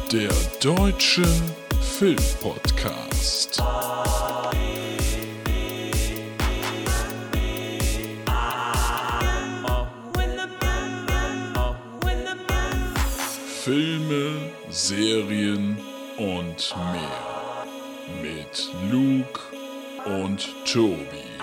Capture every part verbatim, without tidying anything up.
Der Deutsche Filmpodcast. Filme, Serien und mehr. Mit Luke und Tobi.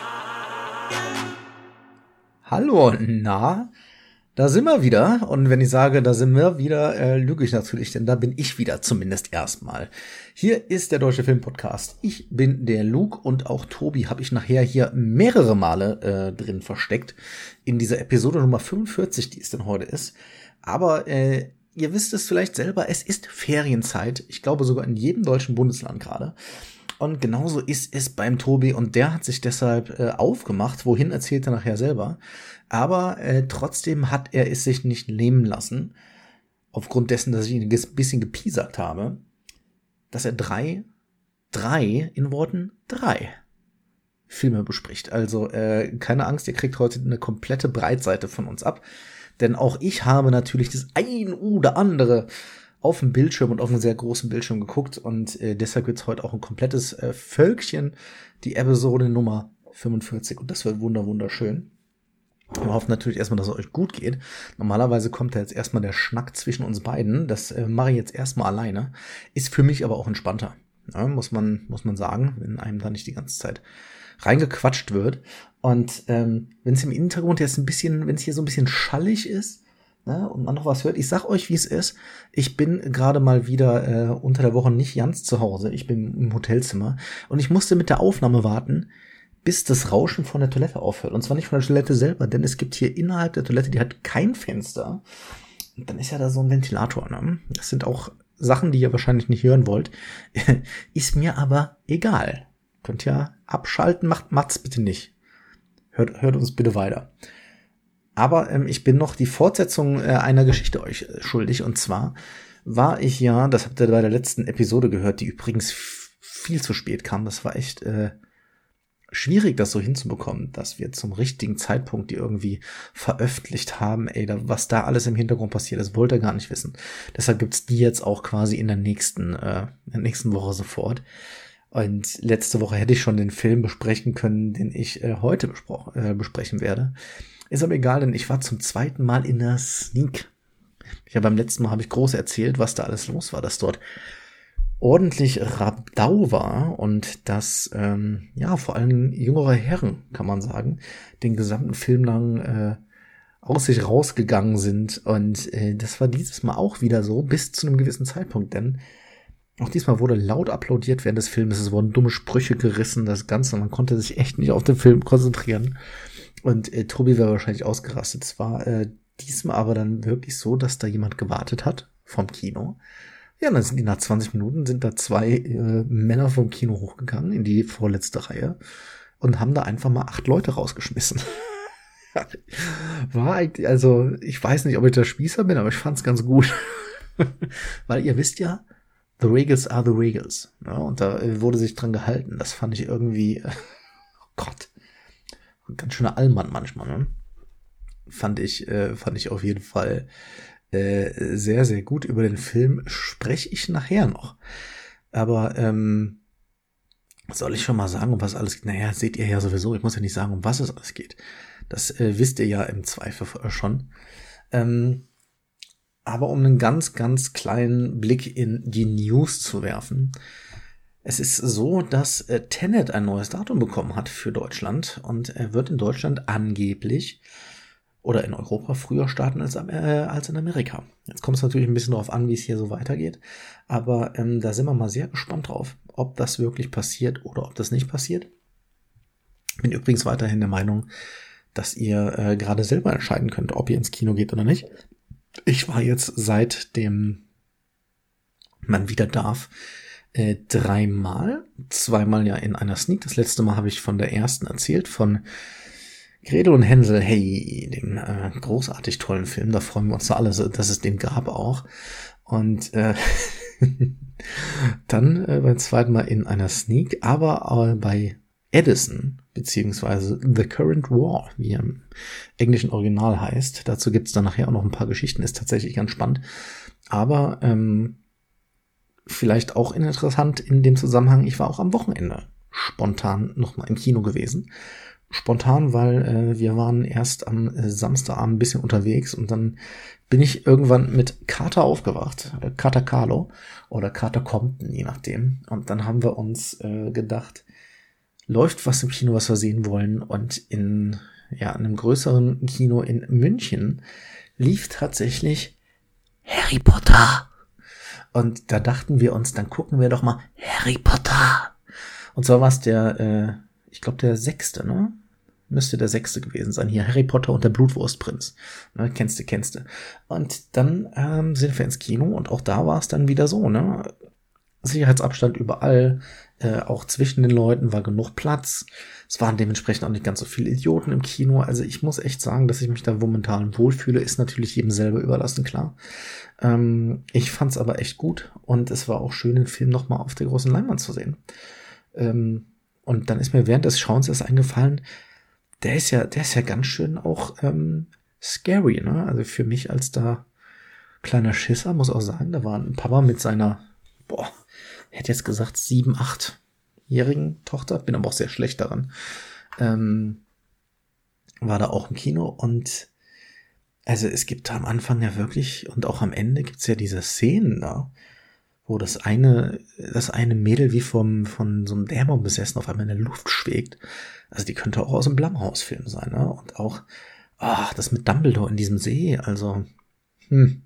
Hallo, na, da sind wir wieder. Und wenn ich sage, da sind wir wieder, äh, lüge ich natürlich, denn da bin ich wieder, zumindest erstmal. Hier ist der Deutsche Filmpodcast. Ich bin der Luke und auch Tobi habe ich nachher hier mehrere Male äh, drin versteckt. In dieser Episode Nummer fünfundvierzig, die es denn heute ist. Aber äh, ihr wisst es vielleicht selber, es ist Ferienzeit. Ich glaube sogar in jedem deutschen Bundesland gerade. Und genauso ist es beim Tobi und der hat sich deshalb äh, aufgemacht. Wohin, erzählt er nachher selber. Aber äh, trotzdem hat er es sich nicht nehmen lassen, aufgrund dessen, dass ich ihn ein bisschen gepiesackt habe, dass er drei, drei, in Worten drei Filme bespricht. Also äh, keine Angst, ihr kriegt heute eine komplette Breitseite von uns ab. Denn auch ich habe natürlich das ein oder andere auf dem Bildschirm und auf einem sehr großen Bildschirm geguckt. Und äh, deshalb gibt's heute auch ein komplettes äh, Völkchen, die Episode Nummer fünfundvierzig. Und das wird wunder wunderschön. Wir hoffen natürlich erstmal, dass es euch gut geht. Normalerweise kommt da jetzt erstmal der Schnack zwischen uns beiden. Das äh, mache ich jetzt erstmal alleine. Ist für mich aber auch entspannter. Ja, muss man, muss man sagen, wenn einem da nicht die ganze Zeit reingequatscht wird. Und ähm, wenn es im Hintergrund jetzt ein bisschen, wenn es hier so ein bisschen schallig ist, ne, und man noch was hört, ich sag euch, wie es ist. Ich bin gerade mal wieder äh, unter der Woche nicht ganz zu Hause. Ich bin im Hotelzimmer und ich musste mit der Aufnahme warten, bis das Rauschen von der Toilette aufhört. Und zwar nicht von der Toilette selber, denn es gibt hier innerhalb der Toilette, die hat kein Fenster. Und dann ist ja da so ein Ventilator. Ne? Das sind auch Sachen, die ihr wahrscheinlich nicht hören wollt. Ist mir aber egal. Könnt ja abschalten, macht macht's bitte nicht. Hört, hört uns bitte weiter. Aber ähm, ich bin noch die Fortsetzung äh, einer Geschichte euch äh, schuldig. Und zwar war ich ja, das habt ihr bei der letzten Episode gehört, die übrigens f- viel zu spät kam. Das war echt äh, schwierig, das so hinzubekommen, dass wir zum richtigen Zeitpunkt die irgendwie veröffentlicht haben. Ey, da, was da alles im Hintergrund passiert, das wollt ihr gar nicht wissen. Deshalb gibt's die jetzt auch quasi in der nächsten, äh, in der nächsten Woche sofort. Und letzte Woche hätte ich schon den Film besprechen können, den ich äh, heute bespro- äh, besprechen werde. Ist aber egal, denn ich war zum zweiten Mal in der Sneak. Ich habe beim letzten Mal habe ich groß erzählt, was da alles los war, dass dort ordentlich Rabdau war und dass ähm, ja vor allem jüngere Herren, kann man sagen, den gesamten Film lang äh, aus sich rausgegangen sind. Und äh, das war dieses Mal auch wieder so, bis zu einem gewissen Zeitpunkt, denn auch diesmal wurde laut applaudiert während des Films, es wurden dumme Sprüche gerissen, das Ganze, man konnte sich echt nicht auf den Film konzentrieren. Und äh, Tobi wäre wahrscheinlich ausgerastet. Es war äh, diesmal aber dann wirklich so, dass da jemand gewartet hat vom Kino. Ja, dann sind die nach zwanzig Minuten, sind da zwei äh, Männer vom Kino hochgegangen in die vorletzte Reihe und haben da einfach mal acht Leute rausgeschmissen. War eigentlich, also ich weiß nicht, ob ich der Spießer bin, aber ich fand's ganz gut. Weil ihr wisst ja, the Regals are the Regals. Ja, und da äh, wurde sich dran gehalten. Das fand ich irgendwie, äh, oh Gott, ganz schöner Allmann manchmal, ne? Fand ich, äh, fand ich auf jeden Fall äh, sehr, sehr gut. Über den Film spreche ich nachher noch. Aber ähm, soll ich schon mal sagen, um was alles geht? Naja, seht ihr ja sowieso. Ich muss ja nicht sagen, um was es alles geht. Das äh, wisst ihr ja im Zweifel schon. Ähm, aber um einen ganz, ganz kleinen Blick in die News zu werfen. Es ist so, dass äh, Tenet ein neues Datum bekommen hat für Deutschland und er wird in Deutschland angeblich oder in Europa früher starten als, äh, als in Amerika. Jetzt kommt es natürlich ein bisschen darauf an, wie es hier so weitergeht, aber ähm, da sind wir mal sehr gespannt drauf, ob das wirklich passiert oder ob das nicht passiert. Bin übrigens weiterhin der Meinung, dass ihr äh, gerade selber entscheiden könnt, ob ihr ins Kino geht oder nicht. Ich war jetzt seitdem man wieder darf, Äh, dreimal, zweimal ja in einer Sneak. Das letzte Mal habe ich von der ersten erzählt, von Gretel und Hänsel, hey, dem äh, großartig tollen Film. Da freuen wir uns alle, dass es den gab auch. Und äh, dann äh, beim zweiten Mal in einer Sneak, aber äh, bei Edison, beziehungsweise The Current War, wie er im englischen Original heißt. Dazu gibt's dann nachher auch noch ein paar Geschichten, ist tatsächlich ganz spannend. Aber ähm, vielleicht auch interessant in dem Zusammenhang, ich war auch am Wochenende spontan nochmal im Kino gewesen. Spontan, weil äh, wir waren erst am äh, Samstagabend ein bisschen unterwegs und dann bin ich irgendwann mit Kater aufgewacht, äh, Kater Carlo oder Kater Compton, je nachdem. Und dann haben wir uns äh, gedacht, läuft was im Kino, was wir sehen wollen. Und in ja einem größeren Kino in München lief tatsächlich Harry Potter. Und da dachten wir uns, dann gucken wir doch mal Harry Potter. Und zwar war es der, äh, ich glaube der sechste, ne? Müsste der sechste gewesen sein. Hier Harry Potter und der Blutwurstprinz. Ne, kennst du, kennst du. Und dann ähm, sind wir ins Kino und auch da war es dann wieder so, ne? Sicherheitsabstand überall, äh, auch zwischen den Leuten war genug Platz. Es waren dementsprechend auch nicht ganz so viele Idioten im Kino. Also ich muss echt sagen, dass ich mich da momentan wohlfühle, ist natürlich jedem selber überlassen, klar. Ähm, ich fand's aber echt gut und es war auch schön, den Film nochmal auf der großen Leinwand zu sehen. Ähm, und dann ist mir während des Schauens erst eingefallen, der ist ja, der ist ja ganz schön auch ähm, scary, ne? Also für mich als da kleiner Schisser, muss auch sagen, da war ein Papa mit seiner, boah, ich hätte jetzt gesagt sieben, achtjährigen Tochter, bin aber auch sehr schlecht daran, ähm, war da auch im Kino und also es gibt da am Anfang ja wirklich und auch am Ende gibt's ja diese Szenen da, wo das eine, das eine Mädel wie vom, von so einem Dämon besessen auf einmal in der Luft schwebt. Also die könnte auch aus dem Blumhouse-Film sein, ne? Und auch, ach, das mit Dumbledore in diesem See, also, hm,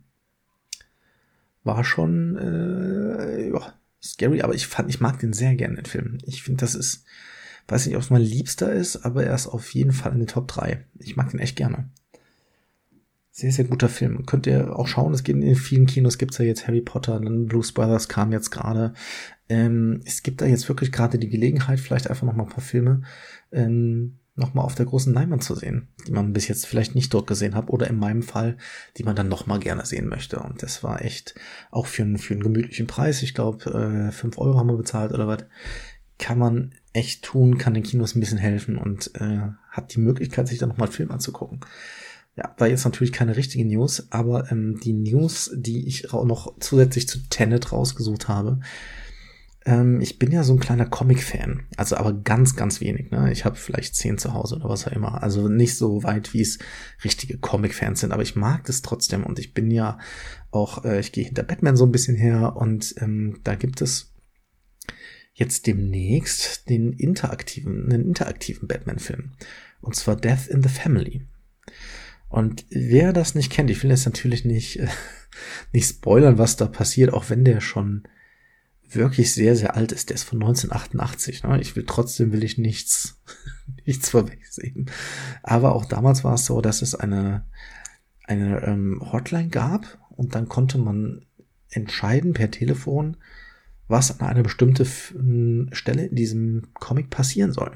war schon, äh, ja, scary, aber ich fand, ich mag den sehr gerne, den Film. Ich finde, das ist, weiß nicht, ob es mein Liebster ist, aber er ist auf jeden Fall in den Top drei. Ich mag den echt gerne. Sehr, sehr guter Film. Könnt ihr auch schauen, es geht in vielen Kinos, gibt's ja jetzt Harry Potter, dann Blues Brothers kam jetzt gerade. Ähm, es gibt da jetzt wirklich gerade die Gelegenheit, vielleicht einfach noch mal ein paar Filme ähm, noch mal auf der großen Leinwand zu sehen, die man bis jetzt vielleicht nicht dort gesehen hat oder in meinem Fall, die man dann noch mal gerne sehen möchte. Und das war echt auch für einen, für einen gemütlichen Preis. Ich glaube, äh, fünf Euro haben wir bezahlt oder was. Kann man echt tun, kann den Kinos ein bisschen helfen und äh, hat die Möglichkeit, sich dann noch mal einen Film anzugucken. Ja, war jetzt natürlich keine richtige News, aber ähm, die News, die ich auch noch zusätzlich zu Tenet rausgesucht habe, ähm, ich bin ja so ein kleiner Comic-Fan, also aber ganz, ganz wenig, ne? Ich habe vielleicht zehn zu Hause oder was auch immer, also nicht so weit, wie es richtige Comic-Fans sind, aber ich mag das trotzdem und ich bin ja auch, äh, ich gehe hinter Batman so ein bisschen her und ähm, da gibt es jetzt demnächst den interaktiven, einen interaktiven Batman-Film und zwar Death in the Family. Und wer das nicht kennt, ich will jetzt natürlich nicht, äh, nicht spoilern, was da passiert, auch wenn der schon wirklich sehr, sehr alt ist. Der ist von neunzehnhundertachtundachtzig. Ne? Ich will trotzdem, will ich nichts, nichts vorwegsehen. Aber auch damals war es so, dass es eine, eine ähm, Hotline gab und dann konnte man entscheiden per Telefon, was an einer bestimmten F- Stelle in diesem Comic passieren soll.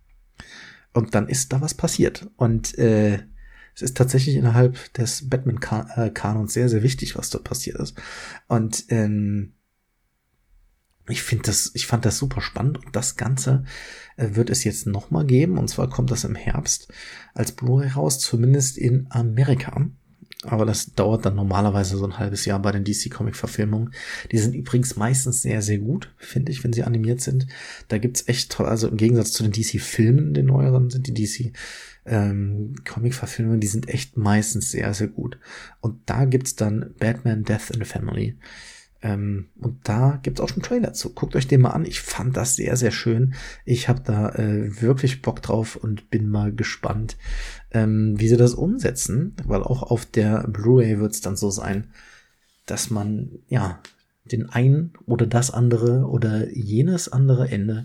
Und dann ist da was passiert. Und äh, es ist tatsächlich innerhalb des Batman-Kanons sehr, sehr wichtig, was dort passiert ist. Und ähm, ich finde das, ich fand das super spannend. Und das Ganze äh, wird es jetzt nochmal geben. Und zwar kommt das im Herbst als Blu-ray raus, zumindest in Amerika. Aber das dauert dann normalerweise so ein halbes Jahr bei den D C-Comic-Verfilmungen. Die sind übrigens meistens sehr, sehr gut, finde ich, wenn sie animiert sind. Da gibt's echt toll, also im Gegensatz zu den D C-Filmen, den neueren, sind die D C ähm, Comic-Verfilmungen, die sind echt meistens sehr, sehr gut. Und da gibt's dann Batman Death in the Family. Ähm, und da gibt's auch schon Trailer zu. Guckt euch den mal an. Ich fand das sehr, sehr schön. Ich habe da äh, wirklich Bock drauf und bin mal gespannt, ähm, wie sie das umsetzen. Weil auch auf der Blu-ray wird's dann so sein, dass man, ja, den ein oder das andere oder jenes andere Ende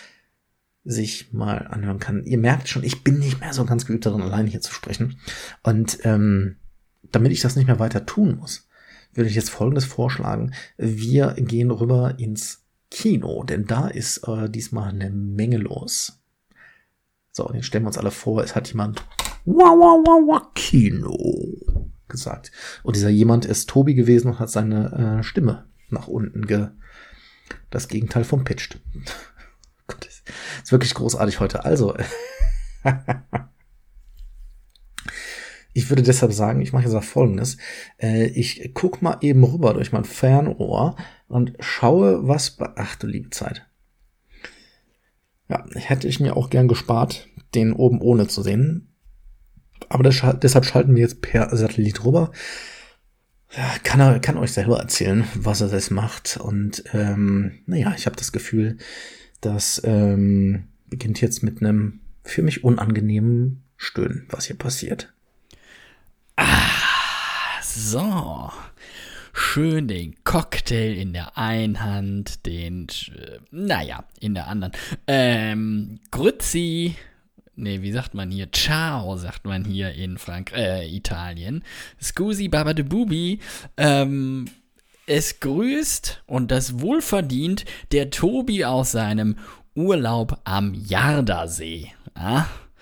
sich mal anhören kann. Ihr merkt schon, ich bin nicht mehr so ganz geübt darin, alleine hier zu sprechen. Und ähm, damit ich das nicht mehr weiter tun muss, würde ich jetzt Folgendes vorschlagen. Wir gehen rüber ins Kino, denn da ist äh, diesmal eine Menge los. So, jetzt stellen wir uns alle vor, es hat jemand Wah, wah, wah, wah, Kino gesagt. Und dieser jemand ist Tobi gewesen und hat seine äh, Stimme nach unten ge... das Gegenteil vom pitcht. Gott, ist, ist wirklich großartig heute. Also, Ich würde deshalb sagen, ich mache jetzt auch Folgendes. Äh, ich guck mal eben rüber durch mein Fernrohr und schaue, was bei... Ach du liebe Zeit. Ja, hätte ich mir auch gern gespart, den oben ohne zu sehen. Aber das, deshalb schalten wir jetzt per Satellit rüber. Ja, kann er kann euch selber erzählen, was er das macht. Und ähm, naja, ich habe das Gefühl, das ähm, beginnt jetzt mit einem für mich unangenehmen Stöhnen, was hier passiert. Ah, so. Schön den Cocktail in der einen Hand, den, äh, naja, in der anderen. Ähm, Grüezi, nee, wie sagt man hier? Ciao, sagt man hier in Frank äh, Italien. Scusi, Baba de Bubi. Ähm, es grüßt und das wohlverdient der Tobi aus seinem Urlaub am Jardasee. Ah?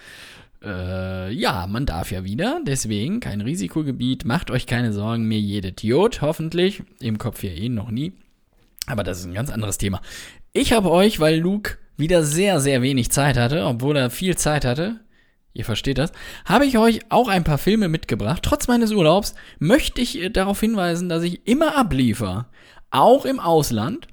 Äh, ja, man darf ja wieder, deswegen kein Risikogebiet, macht euch keine Sorgen, mir jede Idiot, hoffentlich, im Kopf ja eh noch nie, aber das ist ein ganz anderes Thema. Ich habe euch, weil Luke wieder sehr, sehr wenig Zeit hatte, obwohl er viel Zeit hatte, ihr versteht das, habe ich euch auch ein paar Filme mitgebracht. Trotz meines Urlaubs möchte ich darauf hinweisen, dass ich immer abliefere, auch im Ausland.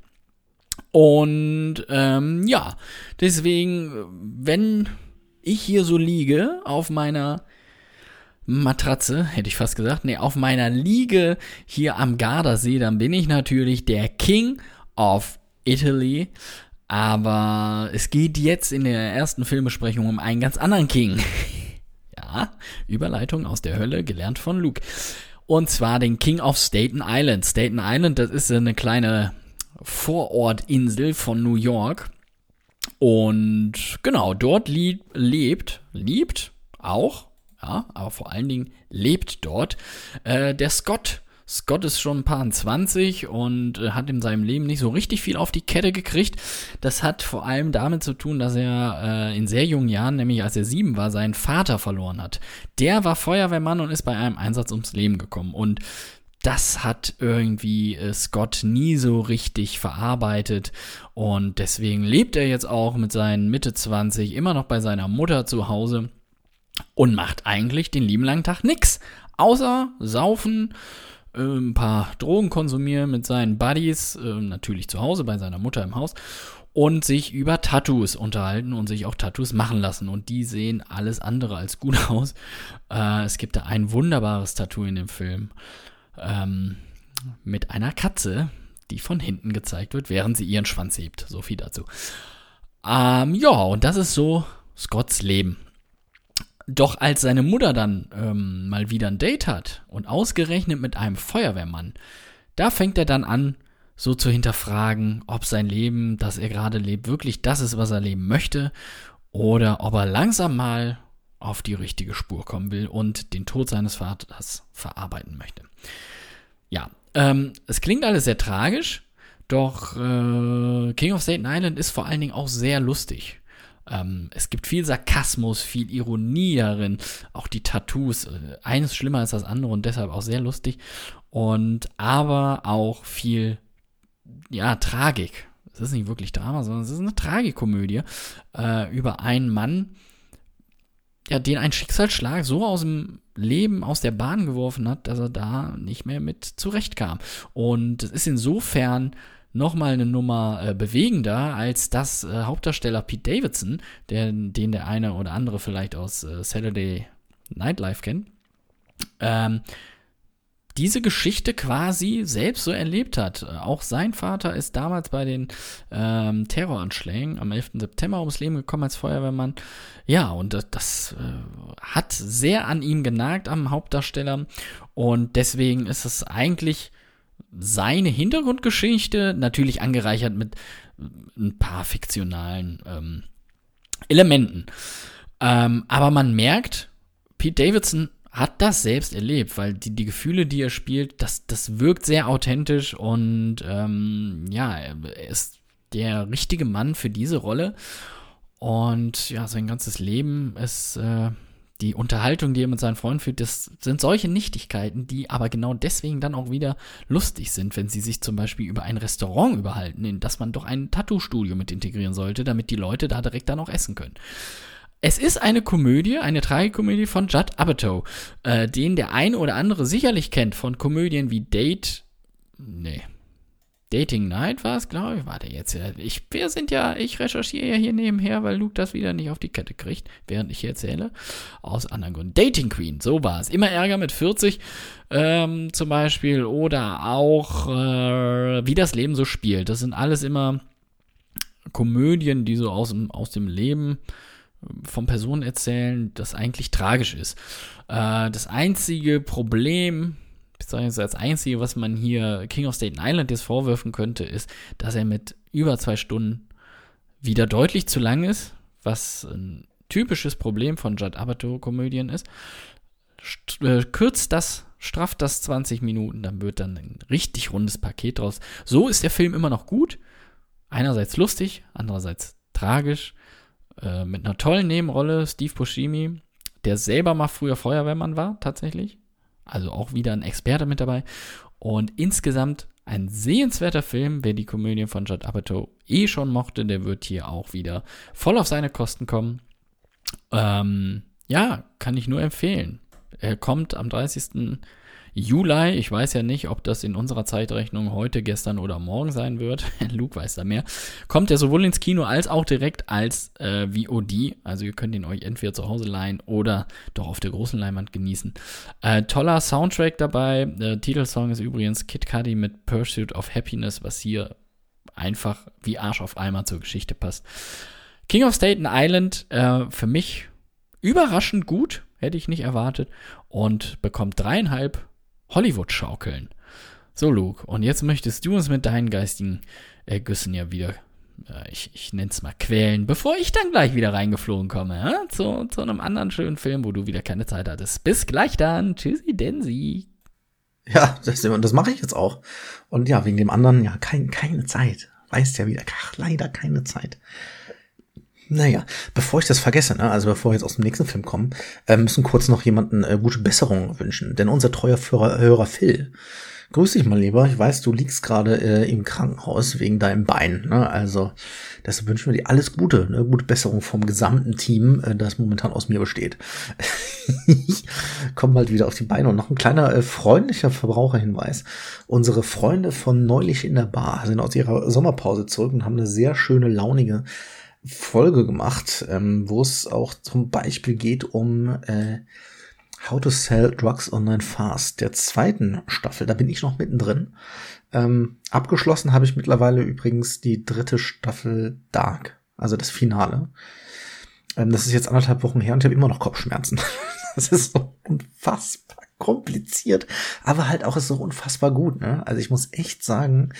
Und ähm, ja, deswegen, wenn ich hier so liege auf meiner Matratze, hätte ich fast gesagt, nee, auf meiner Liege hier am Gardasee, dann bin ich natürlich der King of Italy. Aber es geht jetzt in der ersten Filmbesprechung um einen ganz anderen King. Ja, Überleitung aus der Hölle, gelernt von Luke. Und zwar den King of Staten Island. Staten Island, das ist eine kleine Vorortinsel von New York. Und genau, dort lieb, lebt, liebt auch, ja, aber vor allen Dingen lebt dort äh, der Scott. Scott ist schon ein paar zwanzig und äh, hat in seinem Leben nicht so richtig viel auf die Kette gekriegt. Das hat vor allem damit zu tun, dass er äh, in sehr jungen Jahren, nämlich als er sieben war, seinen Vater verloren hat. Der war Feuerwehrmann und ist bei einem Einsatz ums Leben gekommen. Und das hat irgendwie äh, Scott nie so richtig verarbeitet und deswegen lebt er jetzt auch mit seinen Mitte zwanzig immer noch bei seiner Mutter zu Hause und macht eigentlich den lieben langen Tag nix, außer saufen, äh, ein paar Drogen konsumieren mit seinen Buddies, äh, natürlich zu Hause bei seiner Mutter im Haus und sich über Tattoos unterhalten und sich auch Tattoos machen lassen und die sehen alles andere als gut aus. Äh, es gibt da ein wunderbares Tattoo in dem Film. Ähm, mit einer Katze, die von hinten gezeigt wird, während sie ihren Schwanz hebt. So viel dazu. Ähm, ja, und das ist so Scotts Leben. Doch als seine Mutter dann ähm, mal wieder ein Date hat und ausgerechnet mit einem Feuerwehrmann, da fängt er dann an, so zu hinterfragen, ob sein Leben, das er gerade lebt, wirklich das ist, was er leben möchte oder ob er langsam mal auf die richtige Spur kommen will und den Tod seines Vaters verarbeiten möchte. Ja, ähm, es klingt alles sehr tragisch, doch äh, King of Staten Island ist vor allen Dingen auch sehr lustig. Ähm, es gibt viel Sarkasmus, viel Ironie darin, auch die Tattoos, äh, eines schlimmer als das andere und deshalb auch sehr lustig und aber auch viel, ja, Tragik. Es ist nicht wirklich Drama, sondern es ist eine Tragikomödie äh, über einen Mann, ja, den ein Schicksalsschlag so aus dem Leben, aus der Bahn geworfen hat, dass er da nicht mehr mit zurechtkam. Und es ist insofern nochmal eine Nummer äh, bewegender, als dass äh, Hauptdarsteller Pete Davidson, der, den der eine oder andere vielleicht aus äh, Saturday Night Live kennt, ähm, diese Geschichte quasi selbst so erlebt hat. Auch sein Vater ist damals bei den ähm, Terroranschlägen am elften September ums Leben gekommen als Feuerwehrmann. Ja, und das, das äh, hat sehr an ihm genagt, am Hauptdarsteller. Und deswegen ist es eigentlich seine Hintergrundgeschichte, natürlich angereichert mit ein paar fiktionalen ähm, Elementen. Ähm, aber man merkt, Pete Davidson hat das selbst erlebt, weil die, die Gefühle, die er spielt, das, das wirkt sehr authentisch und ähm, ja, er ist der richtige Mann für diese Rolle und ja, sein ganzes Leben ist äh, die Unterhaltung, die er mit seinen Freunden führt, das sind solche Nichtigkeiten, die aber genau deswegen dann auch wieder lustig sind, wenn sie sich zum Beispiel über ein Restaurant überhalten, in das man doch ein Tattoo-Studio mit integrieren sollte, damit die Leute da direkt dann auch essen können. Es ist eine Komödie, eine Tragikomödie von Judd Apatow, äh, den der ein oder andere sicherlich kennt von Komödien wie Date, nee, Dating Night war es, glaube ich. Warte jetzt, ich, wir sind ja, ich recherchiere ja hier nebenher, weil Luke das wieder nicht auf die Kette kriegt, während ich hier erzähle. Aus anderen Gründen. Dating Queen, so war es. Immer Ärger mit vierzig ähm, zum Beispiel oder auch äh, Wie das Leben so spielt. Das sind alles immer Komödien, die so aus dem, aus dem Leben von Personen erzählen, das eigentlich tragisch ist. Äh, das einzige Problem, beziehungsweise das einzige, was man hier King of Staten Island jetzt vorwerfen könnte, ist, dass er mit über zwei Stunden wieder deutlich zu lang ist, was ein typisches Problem von Judd Apatow-Komödien ist. St- äh, kürzt das, strafft das zwanzig Minuten, dann wird dann ein richtig rundes Paket draus. So ist der Film immer noch gut. Einerseits lustig, andererseits tragisch. Äh, mit einer tollen Nebenrolle, Steve Buscemi, der selber mal früher Feuerwehrmann war, tatsächlich. Also auch wieder ein Experte mit dabei. Und insgesamt ein sehenswerter Film. Wer die Komödien von Judd Apatow eh schon mochte, der wird hier auch wieder voll auf seine Kosten kommen. Ähm, ja, kann ich nur empfehlen. Er kommt am dreißigsten Juli. Ich weiß ja nicht, ob das in unserer Zeitrechnung heute, gestern oder morgen sein wird. Luke weiß da mehr. Kommt er sowohl ins Kino als auch direkt als äh, V O D. Also ihr könnt ihn euch entweder zu Hause leihen oder doch auf der großen Leinwand genießen. Äh, toller Soundtrack dabei. Der Titelsong ist übrigens Kid Cudi mit Pursuit of Happiness, was hier einfach wie Arsch auf Eimer zur Geschichte passt. King of Staten Island, äh, für mich überraschend gut. Hätte ich nicht erwartet. Und bekommt dreieinhalb Hollywood-Schaukeln. So, Luke, und jetzt möchtest du uns mit deinen geistigen Ergüssen ja wieder, äh, ich, ich nenne es mal quälen, bevor ich dann gleich wieder reingeflogen komme, äh, zu, zu einem anderen schönen Film, wo du wieder keine Zeit hattest. Bis gleich dann. Tschüssi, Densi. Ja, das, das mache ich jetzt auch. Und ja, wegen dem anderen, ja, kein, keine Zeit. Weißt ja wieder, ach, leider keine Zeit. Naja, bevor ich das vergesse, ne, also bevor wir jetzt aus dem nächsten Film kommen, äh, müssen kurz noch jemanden äh, gute Besserung wünschen. Denn unser treuer Hörer, Hörer Phil, grüß dich mal lieber. Ich weiß, du liegst gerade äh, im Krankenhaus wegen deinem Bein. Ne? Also deshalb wünschen wir dir alles Gute. Ne? Gute Besserung vom gesamten Team, äh, das momentan aus mir besteht. Ich komme bald wieder auf die Beine. Und noch ein kleiner äh, freundlicher Verbraucherhinweis. Unsere Freunde von Neulich in der Bar sind aus ihrer Sommerpause zurück und haben eine sehr schöne, launige Folge gemacht, ähm, wo es auch zum Beispiel geht um äh, How to Sell Drugs Online Fast, der zweiten Staffel. Da bin ich noch mittendrin. Ähm, abgeschlossen habe ich mittlerweile übrigens die dritte Staffel Dark, also das Finale. Ähm, das ist jetzt anderthalb Wochen her und ich habe immer noch Kopfschmerzen. Das ist so unfassbar kompliziert, aber halt auch ist so unfassbar gut. Ne? Also ich muss echt sagen,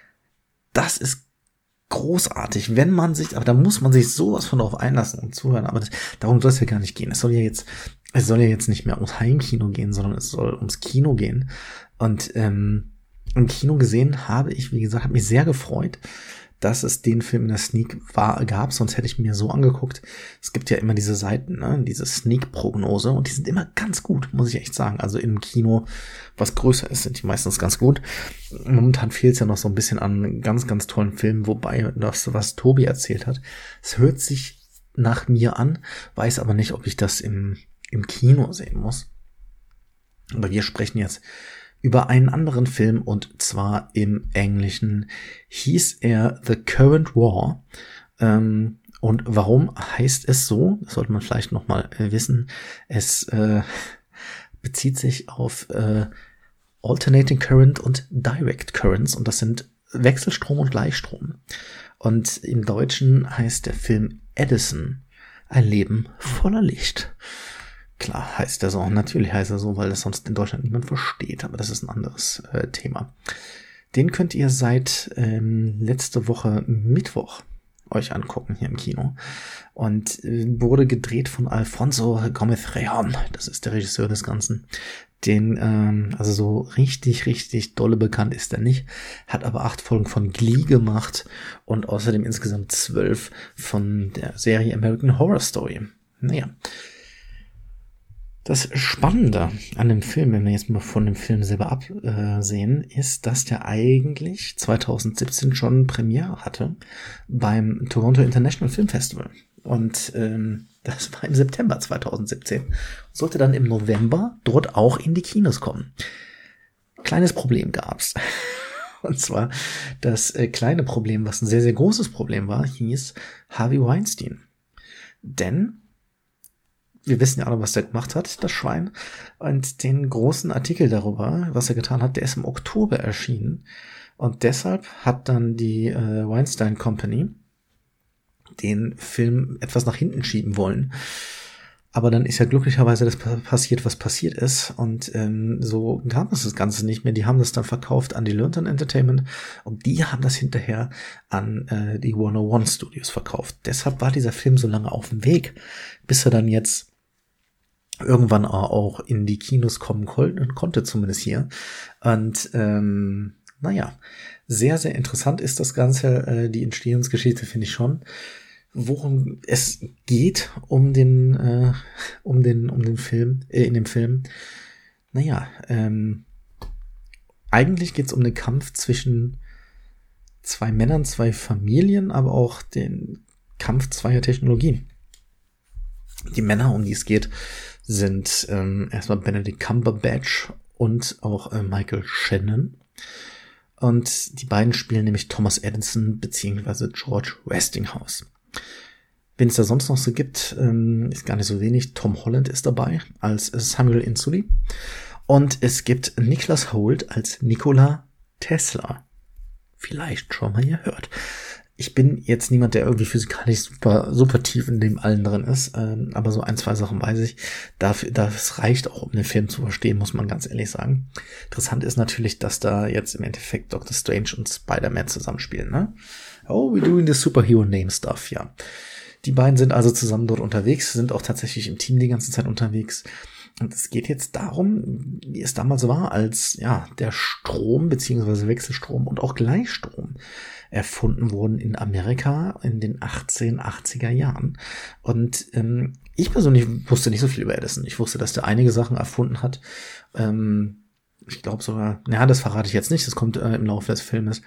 das ist großartig, wenn man sich, aber da muss man sich sowas von drauf einlassen und zuhören, aber das, darum soll es ja gar nicht gehen. Es soll ja jetzt, es soll ja jetzt nicht mehr ums Heimkino gehen, sondern es soll ums Kino gehen. Und ähm, im Kino gesehen habe ich, wie gesagt, habe mich sehr gefreut, dass es den Film in der Sneak war, gab, sonst hätte ich mir so angeguckt. Es gibt ja immer diese Seiten, ne, diese Sneak-Prognose und die sind immer ganz gut, muss ich echt sagen. Also im Kino, was größer ist, sind die meistens ganz gut. Momentan fehlt es ja noch so ein bisschen an ganz, ganz tollen Filmen, wobei das, was Tobi erzählt hat, es hört sich nach mir an, weiß aber nicht, ob ich das im, im Kino sehen muss. Aber wir sprechen jetzt über einen anderen Film, und zwar im Englischen hieß er The Current War. Ähm, und warum heißt es so? Das sollte man vielleicht noch mal äh, wissen. Es äh, bezieht sich auf äh, Alternating Current und Direct Currents, und das sind Wechselstrom und Gleichstrom. Und im Deutschen heißt der Film Edison, ein Leben voller Licht. Klar heißt er so, natürlich heißt er so, weil das sonst in Deutschland niemand versteht, aber das ist ein anderes äh, Thema. Den könnt ihr seit ähm, letzte Woche Mittwoch euch angucken hier im Kino. Und äh, wurde gedreht von Alfonso Gómez Rejon, das ist der Regisseur des Ganzen. Den, ähm, also so richtig, richtig dolle bekannt ist er nicht, hat aber acht Folgen von Glee gemacht und außerdem insgesamt zwölf von der Serie American Horror Story. Naja. Das Spannende an dem Film, wenn wir jetzt mal von dem Film selber absehen, ist, dass der eigentlich zwanzig siebzehn schon Premiere hatte beim Toronto International Film Festival. Und ähm, Das war im September zweitausendsiebzehn. Sollte dann im November dort auch in die Kinos kommen. Kleines Problem gab's. Und zwar das äh, kleine Problem, was ein sehr, sehr großes Problem war, hieß Harvey Weinstein. Denn wir wissen ja alle, was der gemacht hat, das Schwein. Und den großen Artikel darüber, was er getan hat, der ist im Oktober erschienen. Und deshalb hat dann die äh, Weinstein Company den Film etwas nach hinten schieben wollen. Aber dann ist ja glücklicherweise das passiert, was passiert ist. Und ähm, so gab es das Ganze nicht mehr. Die haben das dann verkauft an die Lantern Entertainment und die haben das hinterher an äh, die one oh one Studios verkauft. Deshalb war dieser Film so lange auf dem Weg, bis er dann jetzt irgendwann auch in die Kinos kommen kon- konnte, zumindest hier. Und ähm, naja, sehr, sehr interessant ist das Ganze. Äh, die Entstehungsgeschichte finde ich schon. Worum es geht um den, äh, um den, um den Film, äh, in dem Film. Naja, ähm, eigentlich geht es um den Kampf zwischen zwei Männern, zwei Familien, aber auch den Kampf zweier Technologien. Die Männer, um die es geht, sind ähm, erstmal Benedict Cumberbatch und auch äh, Michael Shannon. Und die beiden spielen nämlich Thomas Edison beziehungsweise George Westinghouse. Wen es da sonst noch so gibt, ähm, ist gar nicht so wenig. Tom Holland ist dabei als Samuel Insuli. Und es gibt Niklas Hoult als Nikola Tesla. Vielleicht schon mal gehört. Ich bin jetzt niemand, der irgendwie physikalisch super, super tief in dem allen drin ist. Ähm, aber so ein, zwei Sachen weiß ich. Dafür, das reicht auch, um den Film zu verstehen, muss man ganz ehrlich sagen. Interessant ist natürlich, dass da jetzt im Endeffekt Doctor Strange und Spider-Man zusammenspielen, ne? Oh, we're doing the superhero name stuff, ja. Die beiden sind also zusammen dort unterwegs, sind auch tatsächlich im Team die ganze Zeit unterwegs. Und es geht jetzt darum, wie es damals war, als ja der Strom beziehungsweise Wechselstrom und auch Gleichstrom erfunden wurden in Amerika in den achtzehnhundertachtziger Jahren. Und ähm, ich persönlich wusste nicht so viel über Edison. Ich wusste, dass der einige Sachen erfunden hat. Ähm, ich glaube sogar, naja, das verrate ich jetzt nicht, das kommt äh, im Laufe des Filmes.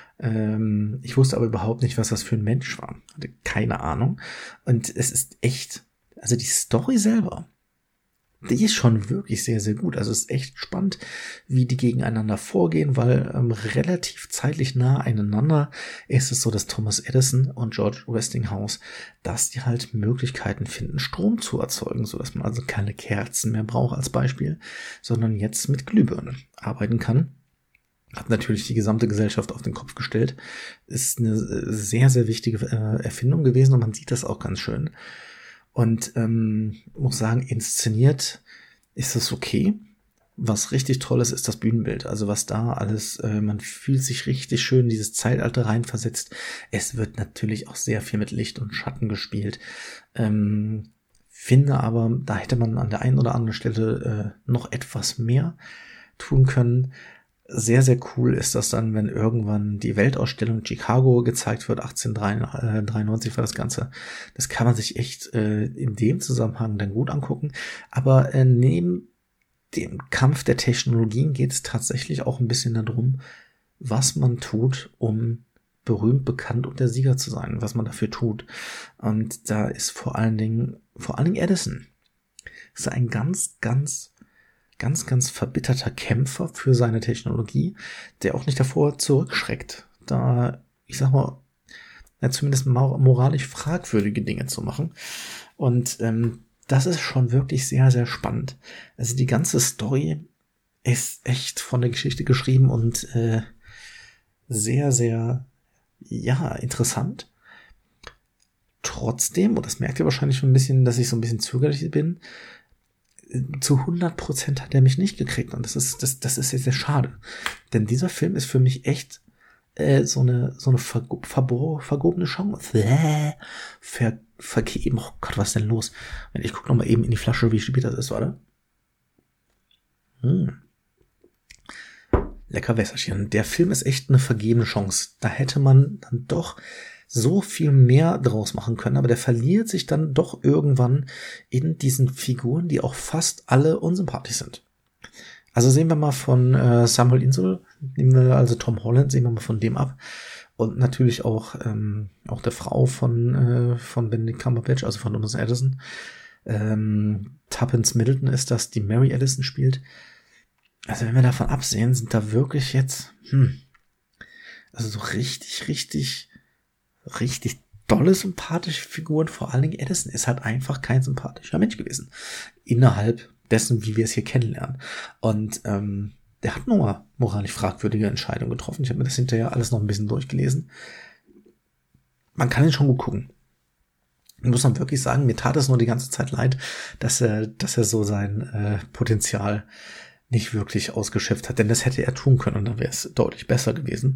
Ähm, ich wusste aber überhaupt nicht, was das für ein Mensch war. Hatte keine Ahnung. Und es ist echt, also die Story selber, die ist schon wirklich sehr, sehr gut. Also es ist echt spannend, wie die gegeneinander vorgehen, weil ähm, relativ zeitlich nah aneinander ist es so, dass Thomas Edison und George Westinghouse, dass die halt Möglichkeiten finden, Strom zu erzeugen, so dass man also keine Kerzen mehr braucht als Beispiel, sondern jetzt mit Glühbirnen arbeiten kann. Hat natürlich die gesamte Gesellschaft auf den Kopf gestellt. Ist eine sehr, sehr wichtige äh, Erfindung gewesen und man sieht das auch ganz schön. Und ähm, muss sagen, inszeniert ist es okay. Was richtig toll ist, ist das Bühnenbild. Also was da alles, äh, man fühlt sich richtig schön in dieses Zeitalter reinversetzt. Es wird natürlich auch sehr viel mit Licht und Schatten gespielt. Ähm, finde aber, da hätte man an der einen oder anderen Stelle äh, noch etwas mehr tun können. Sehr, sehr cool ist das dann, wenn irgendwann die Weltausstellung Chicago gezeigt wird. achtzehnhundertdreiundneunzig war das Ganze. Das kann man sich echt äh, in dem Zusammenhang dann gut angucken. Aber äh, neben dem Kampf der Technologien geht es tatsächlich auch ein bisschen darum, was man tut, um berühmt, bekannt und der Sieger zu sein, was man dafür tut. Und da ist vor allen Dingen, vor allen Dingen Edison. Das ist ein ganz, ganz ganz, ganz verbitterter Kämpfer für seine Technologie, der auch nicht davor zurückschreckt, da, ich sag mal, ja, zumindest moralisch fragwürdige Dinge zu machen. Und ähm, das ist schon wirklich sehr, sehr spannend. Also die ganze Story ist echt von der Geschichte geschrieben und äh, sehr, sehr, ja, interessant. Trotzdem, und das merkt ihr wahrscheinlich schon ein bisschen, dass ich so ein bisschen zögerlich bin, zu hundert Prozent hat er mich nicht gekriegt und das ist das das ist sehr, sehr schade, denn dieser Film ist für mich echt äh, so eine so eine vergo- verbo- vergobene Chance. Äh, ver- vergeben. Oh Gott, was ist denn los? Ich gucke noch mal eben in die Flasche, wie spät das ist, oder? Hm. Lecker Wässerchen. Der Film ist echt eine vergebene Chance. Da hätte man dann doch so viel mehr draus machen können, aber der verliert sich dann doch irgendwann in diesen Figuren, die auch fast alle unsympathisch sind. Also sehen wir mal von äh, Samuel Insel, nehmen wir also Tom Holland, sehen wir mal von dem ab. Und natürlich auch, ähm, auch der Frau von, äh, von Benedict Cumberbatch, also von Thomas Edison. Ähm, Tuppence Middleton ist das, die Mary Edison spielt. Also wenn wir davon absehen, sind da wirklich jetzt, hm, also so richtig, richtig, richtig dolle sympathische Figuren. Vor allen Dingen Edison ist halt einfach kein sympathischer Mensch gewesen. Innerhalb dessen, wie wir es hier kennenlernen. Und ähm, der hat nur moralisch fragwürdige Entscheidungen getroffen. Ich habe mir das hinterher alles noch ein bisschen durchgelesen. Man kann ihn schon gut gucken. Muss man wirklich sagen, mir tat es nur die ganze Zeit leid, dass er, dass er so sein äh, Potenzial nicht wirklich ausgeschöpft hat. Denn das hätte er tun können und dann wäre es deutlich besser gewesen.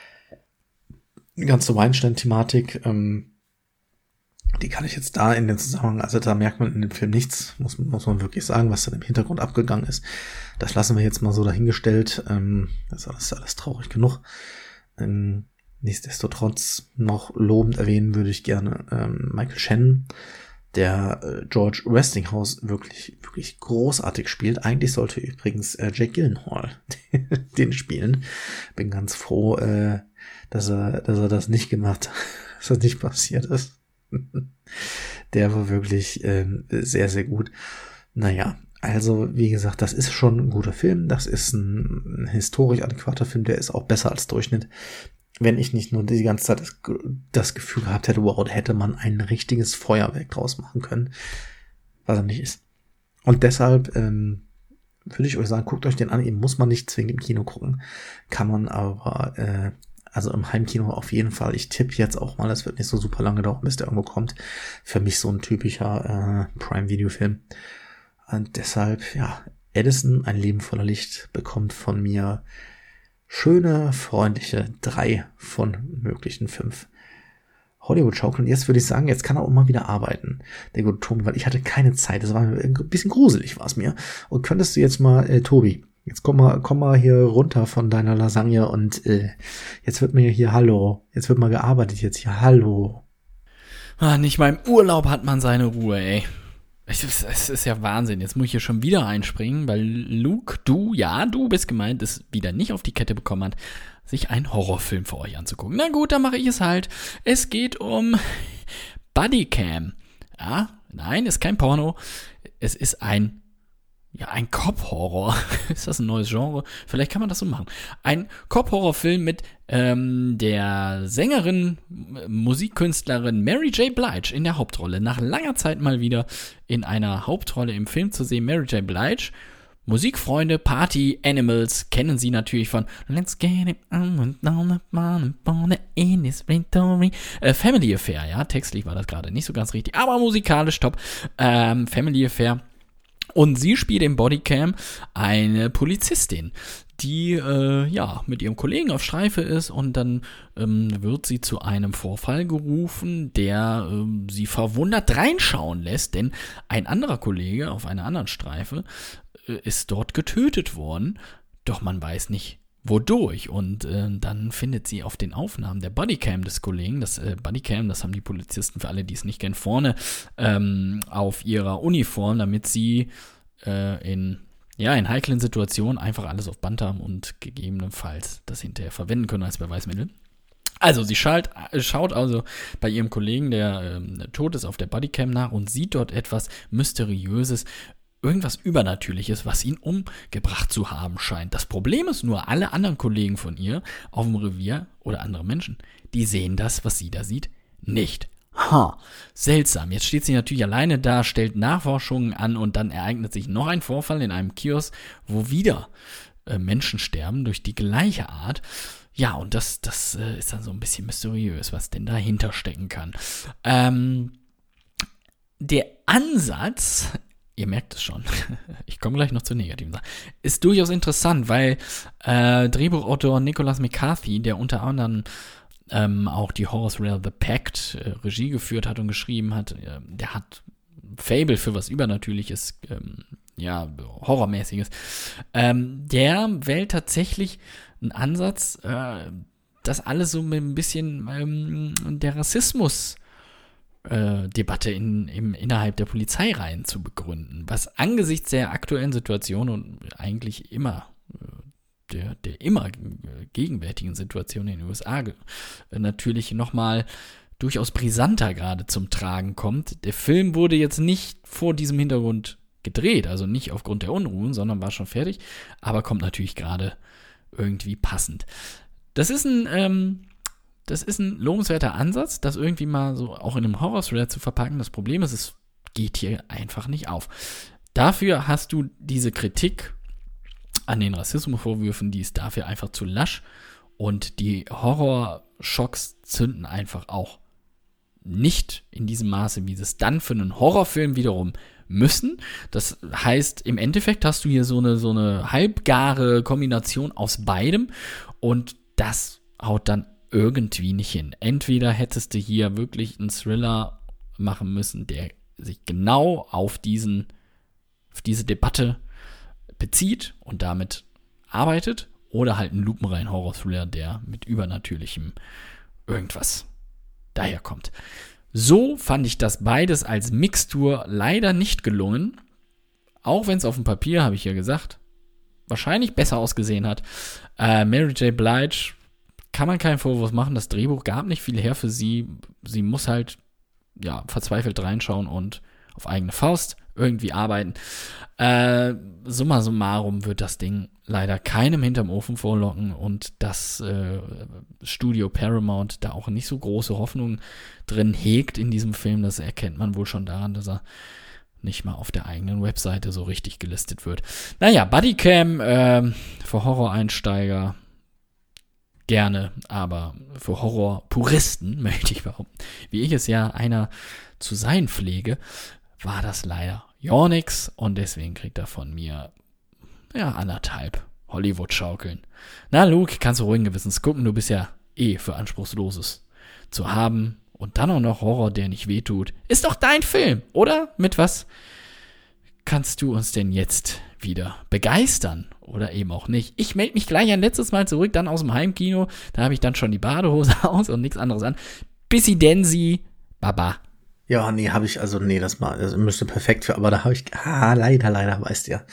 Die ganze Weinstein-Thematik, ähm, die kann ich jetzt da in den Zusammenhang, also da merkt man in dem Film nichts, muss, muss man wirklich sagen, was dann im Hintergrund abgegangen ist. Das lassen wir jetzt mal so dahingestellt. Ähm, das ist alles, alles traurig genug. Ähm, nichtsdestotrotz noch lobend erwähnen würde ich gerne ähm, Michael Shannon, der äh, George Westinghouse wirklich, wirklich großartig spielt. Eigentlich sollte übrigens äh, Jake Gyllenhaal den spielen. Bin ganz froh, äh, dass er, dass er das nicht gemacht hat, dass das nicht passiert ist. Der war wirklich äh, sehr, sehr gut. Naja, also wie gesagt, das ist schon ein guter Film. Das ist ein, ein historisch adäquater Film. Der ist auch besser als Durchschnitt. Wenn ich nicht nur die ganze Zeit das, das Gefühl gehabt hätte, wow, da hätte man ein richtiges Feuerwerk draus machen können, was er nicht ist. Und deshalb ähm, würde ich euch sagen, guckt euch den an. Eben muss man nicht zwingend im Kino gucken. Kann man aber äh, also im Heimkino auf jeden Fall. Ich tippe jetzt auch mal, es wird nicht so super lange dauern, bis der irgendwo kommt. Für mich so ein typischer äh, Prime-Video-Film. Und deshalb, ja, Edison, ein Leben voller Licht, bekommt von mir schöne, freundliche drei von möglichen fünf Hollywood-Schaukeln. Und jetzt würde ich sagen, jetzt kann er auch mal wieder arbeiten, der gute Tobi, weil ich hatte keine Zeit. Das war ein bisschen gruselig, war es mir. Und könntest du jetzt mal, äh, Tobi, jetzt komm mal, komm mal hier runter von deiner Lasagne und äh, jetzt wird mir hier Hallo. Jetzt wird mal gearbeitet jetzt hier. Hallo. Ah, nicht mal im Urlaub hat man seine Ruhe, ey. Es ist ja Wahnsinn. Jetzt muss ich hier schon wieder einspringen, weil Luke, du, ja, du bist gemeint, es wieder nicht auf die Kette bekommen hat, sich einen Horrorfilm für euch anzugucken. Na gut, dann mache ich es halt. Es geht um Bodycam. Ja, nein, ist kein Porno. Es ist ein Ja, ein Cop-Horror. Ist das ein neues Genre? Vielleicht kann man das so machen. Ein Cop-Horror-Film mit ähm, der Sängerin, Musikkünstlerin Mary J. Blige in der Hauptrolle. Nach langer Zeit mal wieder in einer Hauptrolle im Film zu sehen. Mary J. Blige. Musikfreunde, Party, Animals kennen sie natürlich von Let's Get It On and Down the in this victory. Äh, Family Affair, ja. Textlich war das gerade nicht so ganz richtig, aber musikalisch top. Ähm, Family Affair. Und sie spielt im Bodycam eine Polizistin, die äh, ja mit ihrem Kollegen auf Streife ist und dann ähm, wird sie zu einem Vorfall gerufen, der ähm, sie verwundert reinschauen lässt, denn ein anderer Kollege auf einer anderen Streife äh, ist dort getötet worden, doch man weiß nicht wodurch. Und äh, dann findet sie auf den Aufnahmen der Bodycam des Kollegen, das äh, Bodycam, das haben die Polizisten, für alle, die es nicht kennen, vorne ähm, auf ihrer Uniform, damit sie äh, in, ja, in heiklen Situationen einfach alles auf Band haben und gegebenenfalls das hinterher verwenden können als Beweismittel. Also sie schaut, schaut also bei ihrem Kollegen, der ähm, tot ist, auf der Bodycam nach und sieht dort etwas Mysteriöses, irgendwas Übernatürliches, was ihn umgebracht zu haben scheint. Das Problem ist nur, alle anderen Kollegen von ihr auf dem Revier oder andere Menschen, die sehen das, was sie da sieht, nicht. Ha, seltsam. Jetzt steht sie natürlich alleine da, stellt Nachforschungen an und dann ereignet sich noch ein Vorfall in einem Kiosk, wo wieder äh, Menschen sterben durch die gleiche Art. Ja, und das, das äh, ist dann so ein bisschen mysteriös, was denn dahinter stecken kann. Ähm, der Ansatz, ihr merkt es schon, ich komme gleich noch zur negativen Sache, ist durchaus interessant, weil äh, Drehbuchautor Nicholas McCarthy, der unter anderem ähm, auch die Horror-Thriller The Pact äh, Regie geführt hat und geschrieben hat, äh, der hat Fable für was Übernatürliches, ähm, ja, Horrormäßiges, ähm, der wählt tatsächlich einen Ansatz, äh, das alles so mit ein bisschen ähm, der Rassismus Äh, Debatte in, im, innerhalb der Polizeireihen zu begründen, was angesichts der aktuellen Situation und eigentlich immer äh, der, der immer gegenwärtigen Situation in den U S A natürlich nochmal durchaus brisanter gerade zum Tragen kommt. Der Film wurde jetzt nicht vor diesem Hintergrund gedreht, also nicht aufgrund der Unruhen, sondern war schon fertig, aber kommt natürlich gerade irgendwie passend. Das ist ein, ähm, das ist ein lobenswerter Ansatz, das irgendwie mal so auch in einem Horror-Thriller zu verpacken. Das Problem ist, es geht hier einfach nicht auf. Dafür hast du diese Kritik an den Rassismusvorwürfen, die ist dafür einfach zu lasch, und die Horrorschocks zünden einfach auch nicht in diesem Maße, wie sie es dann für einen Horrorfilm wiederum müssen. Das heißt, im Endeffekt hast du hier so eine, so eine halbgare Kombination aus beidem, und das haut dann irgendwie nicht hin. Entweder hättest du hier wirklich einen Thriller machen müssen, der sich genau auf diesen, auf diese Debatte bezieht und damit arbeitet, oder halt einen lupenreinen Horror-Thriller, der mit Übernatürlichem irgendwas daherkommt. So fand ich das beides als Mixtur leider nicht gelungen, auch wenn es auf dem Papier, habe ich ja gesagt, wahrscheinlich besser ausgesehen hat. Äh, Mary J. Blige, kann man keinen Vorwurf machen, das Drehbuch gab nicht viel her für sie. Sie muss halt ja verzweifelt reinschauen und auf eigene Faust irgendwie arbeiten. Äh, summa summarum wird das Ding leider keinem hinterm Ofen vorlocken, und das äh, Studio Paramount da auch nicht so große Hoffnungen drin hegt in diesem Film. Das erkennt man wohl schon daran, dass er nicht mal auf der eigenen Webseite so richtig gelistet wird. Naja, Bodycam äh, für Horror-Einsteiger gerne, aber für Horror-Puristen, möchte ich behaupten, wie ich es ja einer zu sein pflege, war das leider ja nix, und deswegen kriegt er von mir ja anderthalb Hollywood-Schaukeln. Na, Luke, kannst du ruhigen Gewissens gucken, du bist ja eh für Anspruchsloses zu haben, und dann auch noch Horror, der nicht wehtut. Ist doch dein Film, oder? Mit was kannst du uns denn jetzt wieder begeistern? Oder eben auch nicht. Ich melde mich gleich ein letztes Mal zurück, dann aus dem Heimkino. Da habe ich dann schon die Badehose aus und nichts anderes an. Bissi Densi, Baba. Ja, nee, habe ich, also nee, das mal, das müsste perfekt für, aber da habe ich, ah, leider, leider, weißt du ja.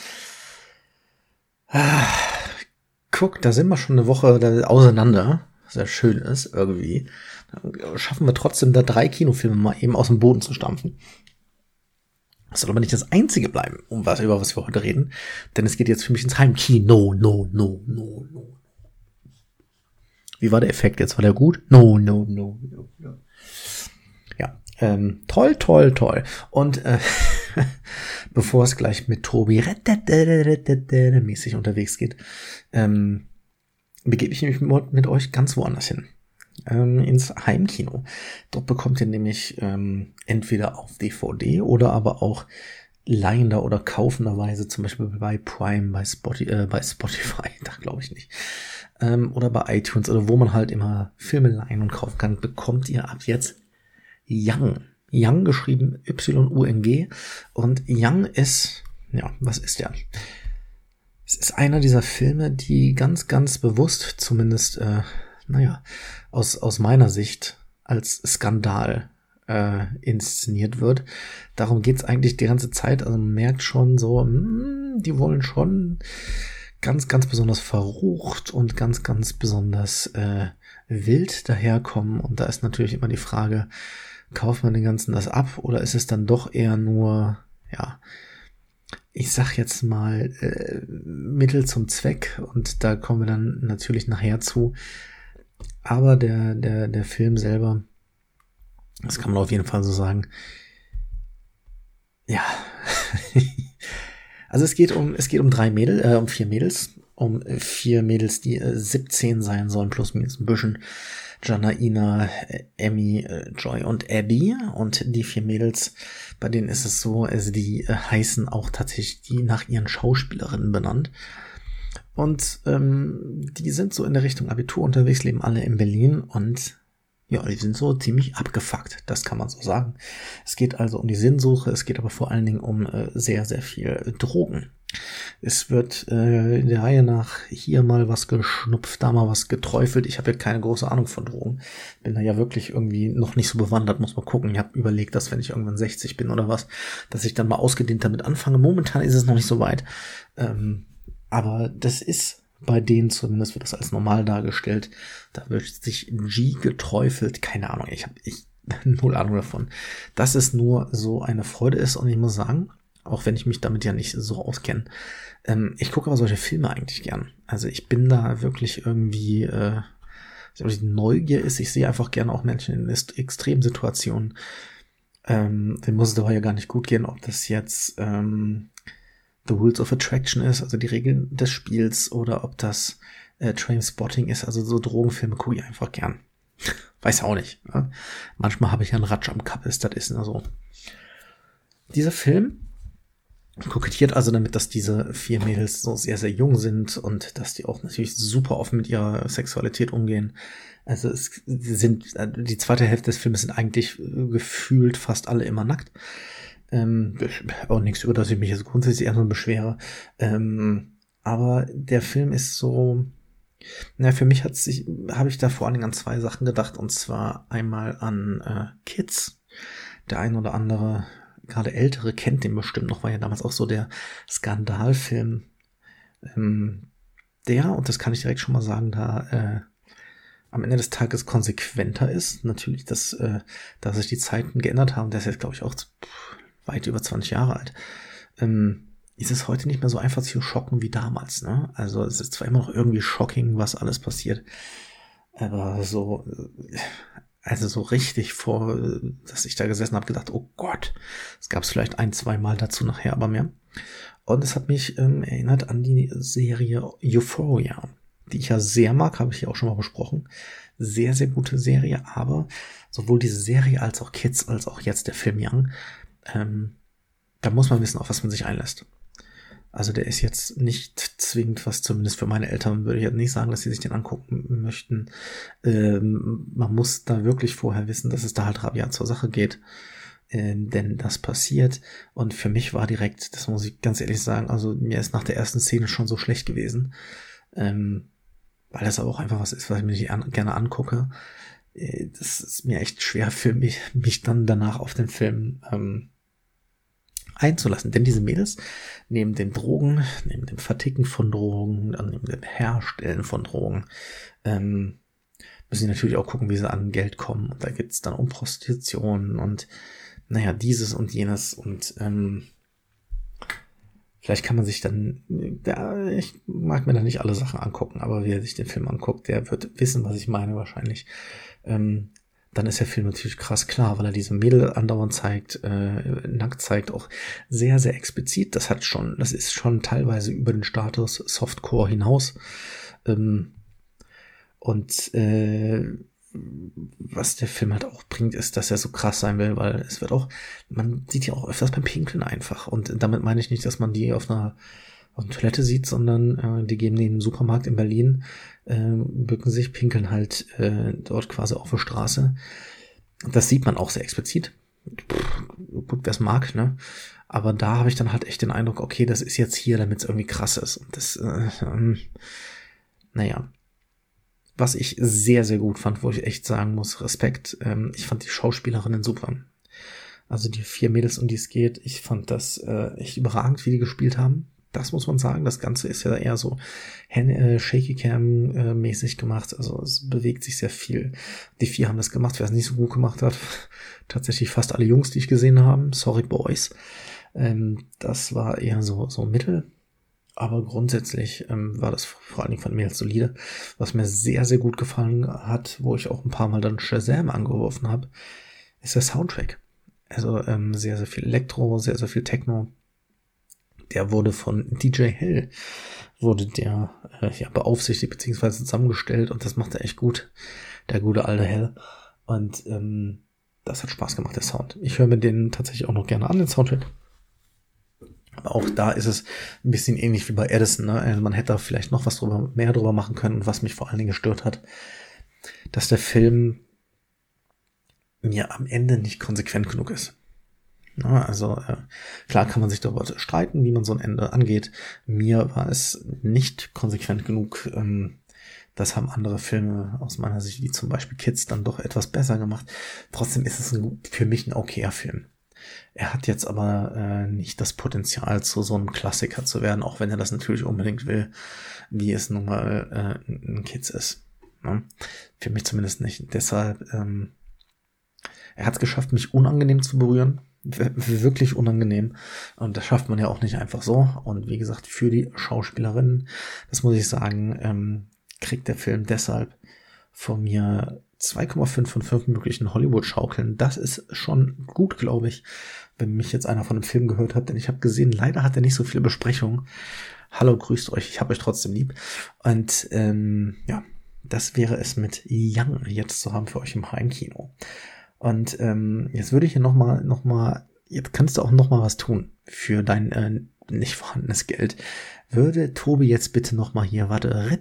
Ah, guck, da sind wir schon eine Woche da auseinander, was ja schön ist, irgendwie. Dann schaffen wir trotzdem da drei Kinofilme mal eben aus dem Boden zu stampfen. Das soll aber nicht das einzige bleiben, um was, über was wir heute reden, denn es geht jetzt für mich ins Heimkino, no, no, no, no. Wie war der Effekt jetzt? War der gut? No, no, no, no, no. Ja. Ähm, toll, toll, toll. Und äh, bevor es gleich mit Tobi mäßig unterwegs geht, ähm, begebe ich mich mit, mit euch ganz woanders hin. Ähm, ins Heimkino. Dort bekommt ihr nämlich ähm, entweder auf D V D oder aber auch leihender oder kaufenderweise, zum Beispiel bei Prime, bei, Spotify, äh, bei Spotify, da glaube ich nicht, ähm, oder bei iTunes oder wo man halt immer Filme leihen und kaufen kann, bekommt ihr ab jetzt Young. Young geschrieben Y U N G, und Young ist, ja, was ist der? Es ist einer dieser Filme, die ganz, ganz bewusst, zumindest, äh, naja, aus, aus meiner Sicht als Skandal äh, inszeniert wird. Darum geht's eigentlich die ganze Zeit. Also man merkt schon so, mh, die wollen schon ganz, ganz besonders verrucht und ganz, ganz besonders äh, wild daherkommen. Und da ist natürlich immer die Frage, kauft man den Ganzen das ab oder ist es dann doch eher nur, ja, ich sag jetzt mal, äh, Mittel zum Zweck, und da kommen wir dann natürlich nachher zu. Aber der, der, der Film selber, das kann man auf jeden Fall so sagen, ja, also es geht um, es geht um drei Mädels, äh, um vier Mädels, um vier Mädels, die äh, siebzehn sein sollen, plus minus ein bisschen. Jana, Ina, Emmy, äh, Joy und Abby. Und die vier Mädels, bei denen ist es so, also die äh, heißen auch tatsächlich die nach ihren Schauspielerinnen benannt. Und ähm, die sind so in der Richtung Abitur unterwegs, leben alle in Berlin, und ja, die sind so ziemlich abgefuckt, das kann man so sagen. Es geht also um die Sinnsuche, es geht aber vor allen Dingen um äh, sehr, sehr viel Drogen. Es wird äh, in der Reihe nach hier mal was geschnupft, da mal was geträufelt. Ich habe ja keine große Ahnung von Drogen. Bin da ja wirklich irgendwie noch nicht so bewandert, muss man gucken. Ich habe überlegt, dass wenn ich irgendwann sechzig bin oder was, dass ich dann mal ausgedehnt damit anfange. Momentan ist es noch nicht so weit. Ähm, aber das ist Bei denen zumindest wird das als normal dargestellt. Da wird sich G geträufelt. Keine Ahnung, ich habe ich null Ahnung davon. Dass es nur so eine Freude ist und ich muss sagen, auch wenn ich mich damit ja nicht so auskenne, ähm, ich gucke aber solche Filme eigentlich gern. Also ich bin da wirklich irgendwie, äh, die Neugier ist, ich sehe einfach gerne auch Menschen in Extremsituationen. Ähm, dem muss es dabei ja gar nicht gut gehen, ob das jetzt ähm, The Rules of Attraction ist, also die Regeln des Spiels, oder ob das äh, Trainspotting ist, also so Drogenfilme gucke ich einfach gern. Weiß auch nicht. Ne? Manchmal habe ich ja einen Ratsch am Kappes, das ist nur so. Dieser Film kokettiert also damit, dass diese vier Mädels so sehr, sehr jung sind und dass die auch natürlich super offen mit ihrer Sexualität umgehen. Also es sind, die zweite Hälfte des Films sind eigentlich gefühlt fast alle immer nackt. Ähm, auch nichts, über das ich mich jetzt grundsätzlich erstmal beschwere. Ähm, aber der Film ist so, na, für mich hat sich, habe ich da vor allen Dingen an zwei Sachen gedacht, und zwar einmal an äh, Kids. Der ein oder andere, gerade Ältere, kennt den bestimmt noch, war ja damals auch so der Skandalfilm. Ähm, der, und das kann ich direkt schon mal sagen, da äh, am Ende des Tages konsequenter ist. Natürlich, dass, äh, dass sich die Zeiten geändert haben. Der ist jetzt, glaube ich, auch pff, weit über zwanzig Jahre alt. Ähm, ist es heute nicht mehr so einfach zu schocken wie damals, ne? Also es ist zwar immer noch irgendwie shocking, was alles passiert, aber so, also so richtig vor, dass ich da gesessen habe, gedacht, oh Gott, es gab es vielleicht ein, zwei Mal dazu nachher, aber mehr. Und es hat mich ähm, erinnert an die Serie Euphoria, die ich ja sehr mag, habe ich ja auch schon mal besprochen. Sehr, sehr gute Serie, aber sowohl diese Serie als auch Kids, als auch jetzt der Film Young, ähm, da muss man wissen, auf was man sich einlässt. Also der ist jetzt nicht zwingend was, zumindest für meine Eltern würde ich jetzt nicht sagen, dass sie sich den angucken möchten. Ähm, man muss da wirklich vorher wissen, dass es da halt rabiat zur Sache geht. Ähm, denn das passiert. Und für mich war direkt, das muss ich ganz ehrlich sagen, also mir ist nach der ersten Szene schon so schlecht gewesen. Ähm, weil das aber auch einfach was ist, was ich mir nicht an, gerne angucke. Äh, das ist mir echt schwer für mich, mich dann danach auf den Film ähm, einzulassen. Denn diese Mädels, neben den Drogen, neben dem Verticken von Drogen, neben dem Herstellen von Drogen, ähm, müssen sie natürlich auch gucken, wie sie an Geld kommen. Und da geht's dann um Prostitution und naja, dieses und jenes. Und ähm, vielleicht kann man sich dann, ja, ich mag mir da nicht alle Sachen angucken, aber wer sich den Film anguckt, der wird wissen, was ich meine wahrscheinlich. Ähm, dann ist der Film natürlich krass klar, weil er diese Mädel andauernd zeigt, äh, nackt zeigt, auch sehr, sehr explizit. Das hat schon, das ist schon teilweise über den Status Softcore hinaus. Ähm, und äh, was der Film halt auch bringt, ist, dass er so krass sein will, weil es wird auch, man sieht ja auch öfters beim Pinkeln einfach. Und damit meine ich nicht, dass man die auf einer auf einer Toilette sieht, sondern äh, die geben die in einem Supermarkt in Berlin, äh, bücken sich, pinkeln halt äh, dort quasi auf der Straße. Das sieht man auch sehr explizit. Pff, gut, wer es mag, ne? Aber da habe ich dann halt echt den Eindruck, okay, das ist jetzt hier, damit es irgendwie krass ist. Und das, äh, ähm, naja. Was ich sehr, sehr gut fand, wo ich echt sagen muss, Respekt, ähm, ich fand die Schauspielerinnen super. Also die vier Mädels, um die es geht, ich fand das äh, echt überragend, wie die gespielt haben. Das muss man sagen. Das Ganze ist ja eher so äh, Shaky-Cam-mäßig gemacht. Also es bewegt sich sehr viel. Die vier haben das gemacht. Wer es nicht so gut gemacht hat, tatsächlich fast alle Jungs, die ich gesehen habe. Sorry, Boys. Ähm, das war eher so so mittel. Aber grundsätzlich ähm, war das vor allen Dingen von mir als solide. Was mir sehr, sehr gut gefallen hat, wo ich auch ein paar Mal dann Shazam angeworfen habe, ist der Soundtrack. Also ähm, sehr, sehr viel Elektro, sehr, sehr viel Techno. Der wurde von D J Hell, wurde der äh, ja beaufsichtigt bzw. zusammengestellt und das macht er echt gut, der gute alte Hell. Und ähm, das hat Spaß gemacht, der Sound. Ich höre mir den tatsächlich auch noch gerne an, den Soundtrack. Aber auch da ist es ein bisschen ähnlich wie bei Edison, ne? Also man hätte da vielleicht noch was drüber, mehr drüber machen können. Und was mich vor allen Dingen gestört hat, dass der Film mir am Ende nicht konsequent genug ist. Ja, also äh, klar kann man sich darüber streiten, wie man so ein Ende angeht. Mir war es nicht konsequent genug. Ähm, das haben andere Filme aus meiner Sicht, wie zum Beispiel Kids, dann doch etwas besser gemacht. Trotzdem ist es ein, für mich ein okayer Film. Er hat jetzt aber äh, nicht das Potenzial, zu so einem Klassiker zu werden, auch wenn er das natürlich unbedingt will, wie es nun mal äh, ein Kids ist. Ne? Für mich zumindest nicht. Deshalb, ähm, er hat es geschafft, mich unangenehm zu berühren. W- wirklich unangenehm. Und das schafft man ja auch nicht einfach so. Und wie gesagt, für die Schauspielerin, das muss ich sagen, ähm, kriegt der Film deshalb von mir zwei Komma fünf von fünf möglichen Hollywood-Schaukeln. Das ist schon gut, glaube ich, wenn mich jetzt einer von dem Film gehört hat, denn ich habe gesehen, leider hat er nicht so viele Besprechungen. Hallo, grüßt euch, ich habe euch trotzdem lieb. Und ähm, ja, das wäre es mit Young jetzt zu haben für euch im Heimkino. Und ähm, jetzt würde ich hier nochmal, noch mal, jetzt kannst du auch nochmal was tun für dein äh, nicht vorhandenes Geld. Würde Tobi jetzt bitte nochmal hier, warte.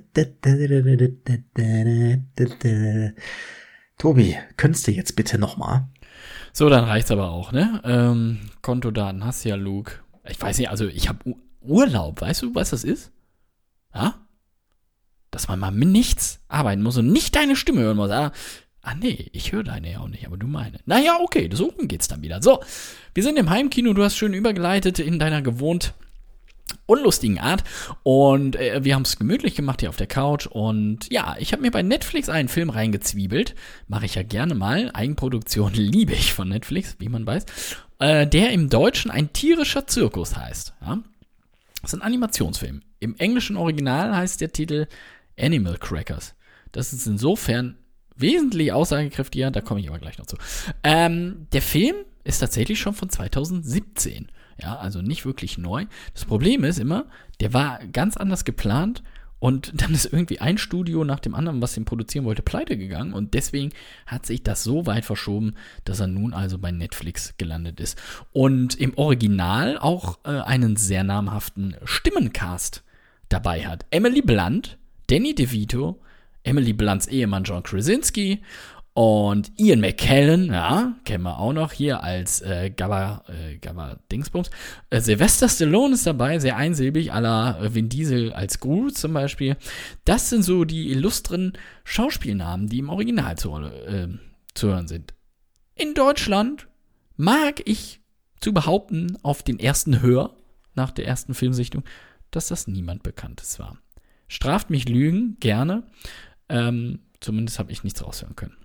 Tobi, könntest du jetzt bitte nochmal? So, dann reicht's aber auch, ne? Ähm, Kontodaten hast du ja, Luke. Ich weiß nicht, also ich habe Urlaub, weißt du, was das ist? Ja? Dass man mal mit nichts arbeiten muss und nicht deine Stimme hören muss. Ah, ah nee, ich höre deine ja auch nicht, aber du meine. Naja, okay, so geht's dann wieder. So, wir sind im Heimkino, du hast schön übergeleitet in deiner gewohnt unlustigen Art und äh, wir haben es gemütlich gemacht hier auf der Couch und ja, ich habe mir bei Netflix einen Film reingezwiebelt, mache ich ja gerne mal, Eigenproduktion liebe ich von Netflix, wie man weiß, äh, der im Deutschen ein tierischer Zirkus heißt, ja, das ist ein Animationsfilm, im englischen Original heißt der Titel Animal Crackers, das ist insofern wesentlich aussagekräftiger, da komme ich aber gleich noch zu. Ähm, der Film ist tatsächlich schon von zweitausendsiebzehn. Ja, also nicht wirklich neu. Das Problem ist immer, der war ganz anders geplant und dann ist irgendwie ein Studio nach dem anderen, was ihn produzieren wollte, pleite gegangen und deswegen hat sich das so weit verschoben, dass er nun also bei Netflix gelandet ist. Und im Original auch äh, einen sehr namhaften Stimmencast dabei hat. Emily Blunt, Danny DeVito, Emily Blunts Ehemann John Krasinski und Ian McKellen, ja, kennen wir auch noch hier als äh, Gabba, äh, Gabba Dingsbums. Äh, Sylvester Stallone ist dabei, sehr einsilbig, à la äh, Vin Diesel als Groot zum Beispiel. Das sind so die illustren Schauspielnamen, die im Original zu, äh, zu hören sind. In Deutschland mag ich zu behaupten, auf den ersten Hör, nach der ersten Filmsichtung, dass das niemand Bekanntes war. Straft mich Lügen, gerne. Ähm, zumindest habe ich nichts raushören können.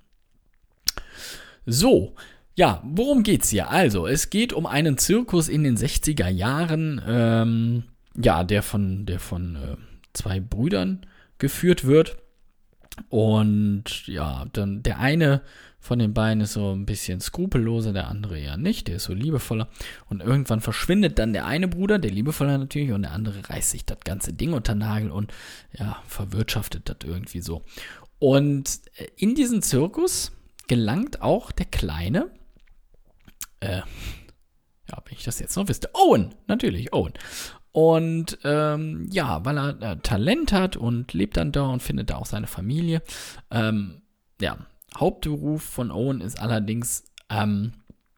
So, ja, worum geht's hier? Also, es geht um einen Zirkus in den sechziger Jahren, ähm, ja, der von, der von äh, zwei Brüdern geführt wird. Und ja, dann der eine von den beiden ist so ein bisschen skrupelloser, der andere ja nicht, der ist so liebevoller. Und irgendwann verschwindet dann der eine Bruder, der liebevoller natürlich, und der andere reißt sich das ganze Ding unter den Nagel und ja, verwirtschaftet das irgendwie so. Und in diesen Zirkus gelangt auch der Kleine, äh, ja, wenn ich das jetzt noch wüsste, Owen, natürlich, Owen. Und ähm, ja, weil er äh, Talent hat und lebt dann da und findet da auch seine Familie. Ähm, ja, Hauptberuf von Owen ist allerdings ähm,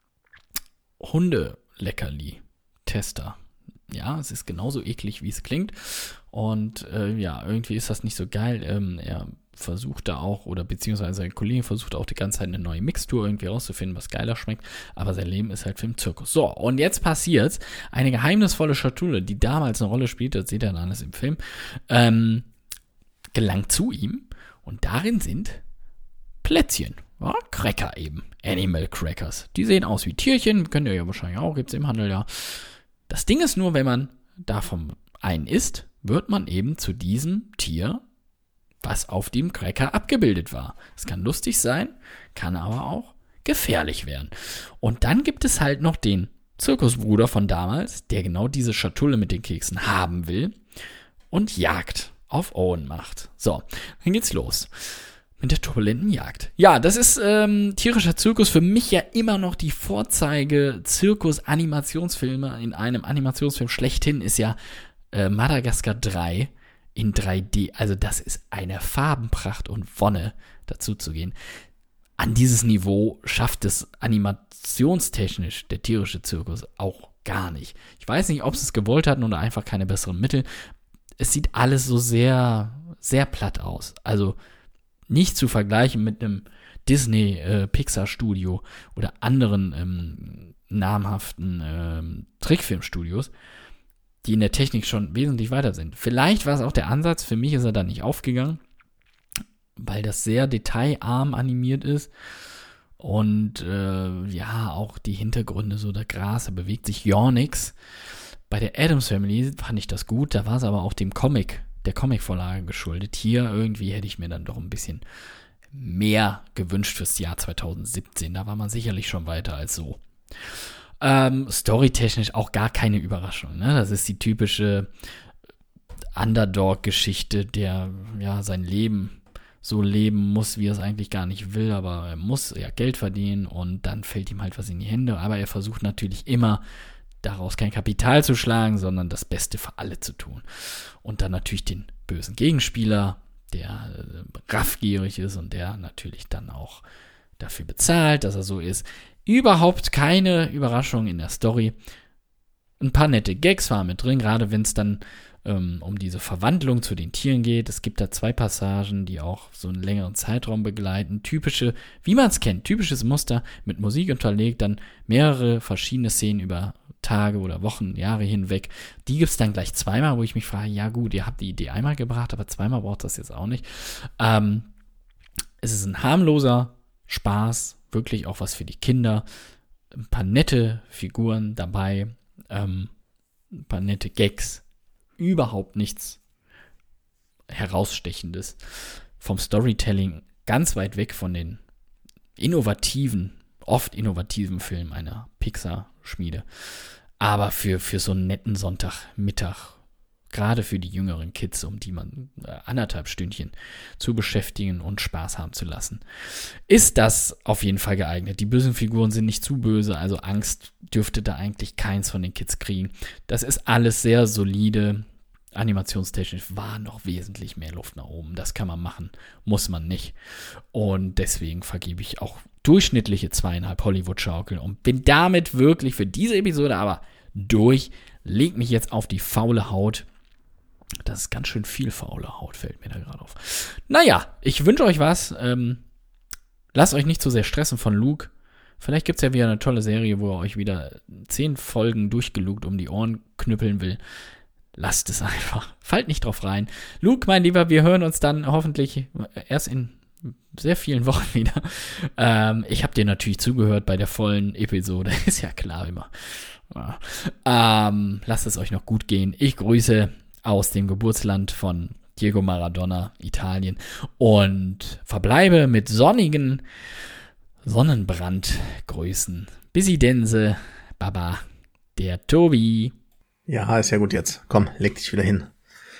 Hundeleckerli-Tester. Ja, es ist genauso eklig, wie es klingt. Und äh, ja, irgendwie ist das nicht so geil. Ähm, er versucht da auch, oder beziehungsweise sein Kollege versucht auch die ganze Zeit eine neue Mixtur irgendwie rauszufinden, was geiler schmeckt, aber sein Leben ist halt für den Zirkus. So, und jetzt passiert's, eine geheimnisvolle Schatulle, die damals eine Rolle spielt, das seht ihr dann alles im Film, ähm, gelangt zu ihm und darin sind Plätzchen, ja, Cracker eben, Animal Crackers. Die sehen aus wie Tierchen, könnt ihr ja wahrscheinlich auch, gibt's im Handel ja. Das Ding ist nur, wenn man davon einen isst, wird man eben zu diesem Tier, was auf dem Cracker abgebildet war. Es kann lustig sein, kann aber auch gefährlich werden. Und dann gibt es halt noch den Zirkusbruder von damals, der genau diese Schatulle mit den Keksen haben will und Jagd auf Owen macht. So, dann geht's los mit der turbulenten Jagd. Ja, das ist ähm, tierischer Zirkus, für mich ja immer noch die Vorzeige-Zirkus-Animationsfilme. In einem Animationsfilm schlechthin ist ja äh, Madagaskar drei in drei D, also das ist eine Farbenpracht und Wonne, dazu zu gehen. An dieses Niveau schafft es animationstechnisch der tierische Zirkus auch gar nicht. Ich weiß nicht, ob sie es gewollt hatten oder einfach keine besseren Mittel. Es sieht alles so sehr, sehr platt aus. Also nicht zu vergleichen mit einem Disney-Pixar-Studio äh, oder anderen ähm, namhaften ähm, Trickfilmstudios, die in der Technik schon wesentlich weiter sind. Vielleicht war es auch der Ansatz, für mich ist er da nicht aufgegangen, weil das sehr detailarm animiert ist und äh, ja, auch die Hintergründe, so der Gras, da bewegt sich ja nix. Bei der Addams Family fand ich das gut, da war es aber auch dem Comic, der Comic-Vorlage geschuldet. Hier irgendwie hätte ich mir dann doch ein bisschen mehr gewünscht fürs Jahr zwanzig siebzehn, da war man sicherlich schon weiter als so. Ähm, storytechnisch auch gar keine Überraschung, ne? Das ist die typische Underdog-Geschichte, der ja sein Leben so leben muss, wie er es eigentlich gar nicht will, aber er muss ja Geld verdienen und dann fällt ihm halt was in die Hände, aber er versucht natürlich immer, daraus kein Kapital zu schlagen, sondern das Beste für alle zu tun. Und dann natürlich den bösen Gegenspieler, der äh, raffgierig ist und der natürlich dann auch dafür bezahlt, dass er so ist. Überhaupt keine Überraschung in der Story. Ein paar nette Gags waren mit drin, gerade wenn es dann ähm, um diese Verwandlung zu den Tieren geht. Es gibt da zwei Passagen, die auch so einen längeren Zeitraum begleiten. Typische, wie man es kennt, typisches Muster mit Musik unterlegt, dann mehrere verschiedene Szenen über Tage oder Wochen, Jahre hinweg. Die gibt es dann gleich zweimal, wo ich mich frage, ja gut, ihr habt die Idee einmal gebracht, aber zweimal braucht das jetzt auch nicht. Ähm, es ist ein harmloser Spaß, wirklich auch was für die Kinder. Ein paar nette Figuren dabei, ähm, ein paar nette Gags. Überhaupt nichts Herausstechendes. Vom Storytelling ganz weit weg von den innovativen, oft innovativen Filmen einer Pixar-Schmiede. Aber für, für so einen netten Sonntagmittag, gerade für die jüngeren Kids, um die man äh, anderthalb Stündchen zu beschäftigen und Spaß haben zu lassen, ist das auf jeden Fall geeignet. Die bösen Figuren sind nicht zu böse, also Angst dürfte da eigentlich keins von den Kids kriegen. Das ist alles sehr solide. Animationstechnisch war noch wesentlich mehr Luft nach oben. Das kann man machen, muss man nicht. Und deswegen vergebe ich auch durchschnittliche zweieinhalb Hollywood-Schaukeln und bin damit wirklich für diese Episode aber durch. Leg mich jetzt auf die faule Haut. Das ist ganz schön viel faule Haut, fällt mir da gerade auf. Naja, ich wünsche euch was. Ähm, lasst euch nicht zu sehr stressen von Luke. Vielleicht gibt es ja wieder eine tolle Serie, wo er euch wieder zehn Folgen durchgelugt um die Ohren knüppeln will. Lasst es einfach. Fallt nicht drauf rein. Luke, mein Lieber, wir hören uns dann hoffentlich erst in sehr vielen Wochen wieder. Ähm, ich habe dir natürlich zugehört bei der vollen Episode. Ist ja klar immer. Ja. Ähm, lasst es euch noch gut gehen. Ich grüße aus dem Geburtsland von Diego Maradona, Italien. Und verbleibe mit sonnigen Sonnenbrandgrüßen. Bissi Dense, Baba, der Tobi. Ja, ist ja gut jetzt. Komm, leg dich wieder hin.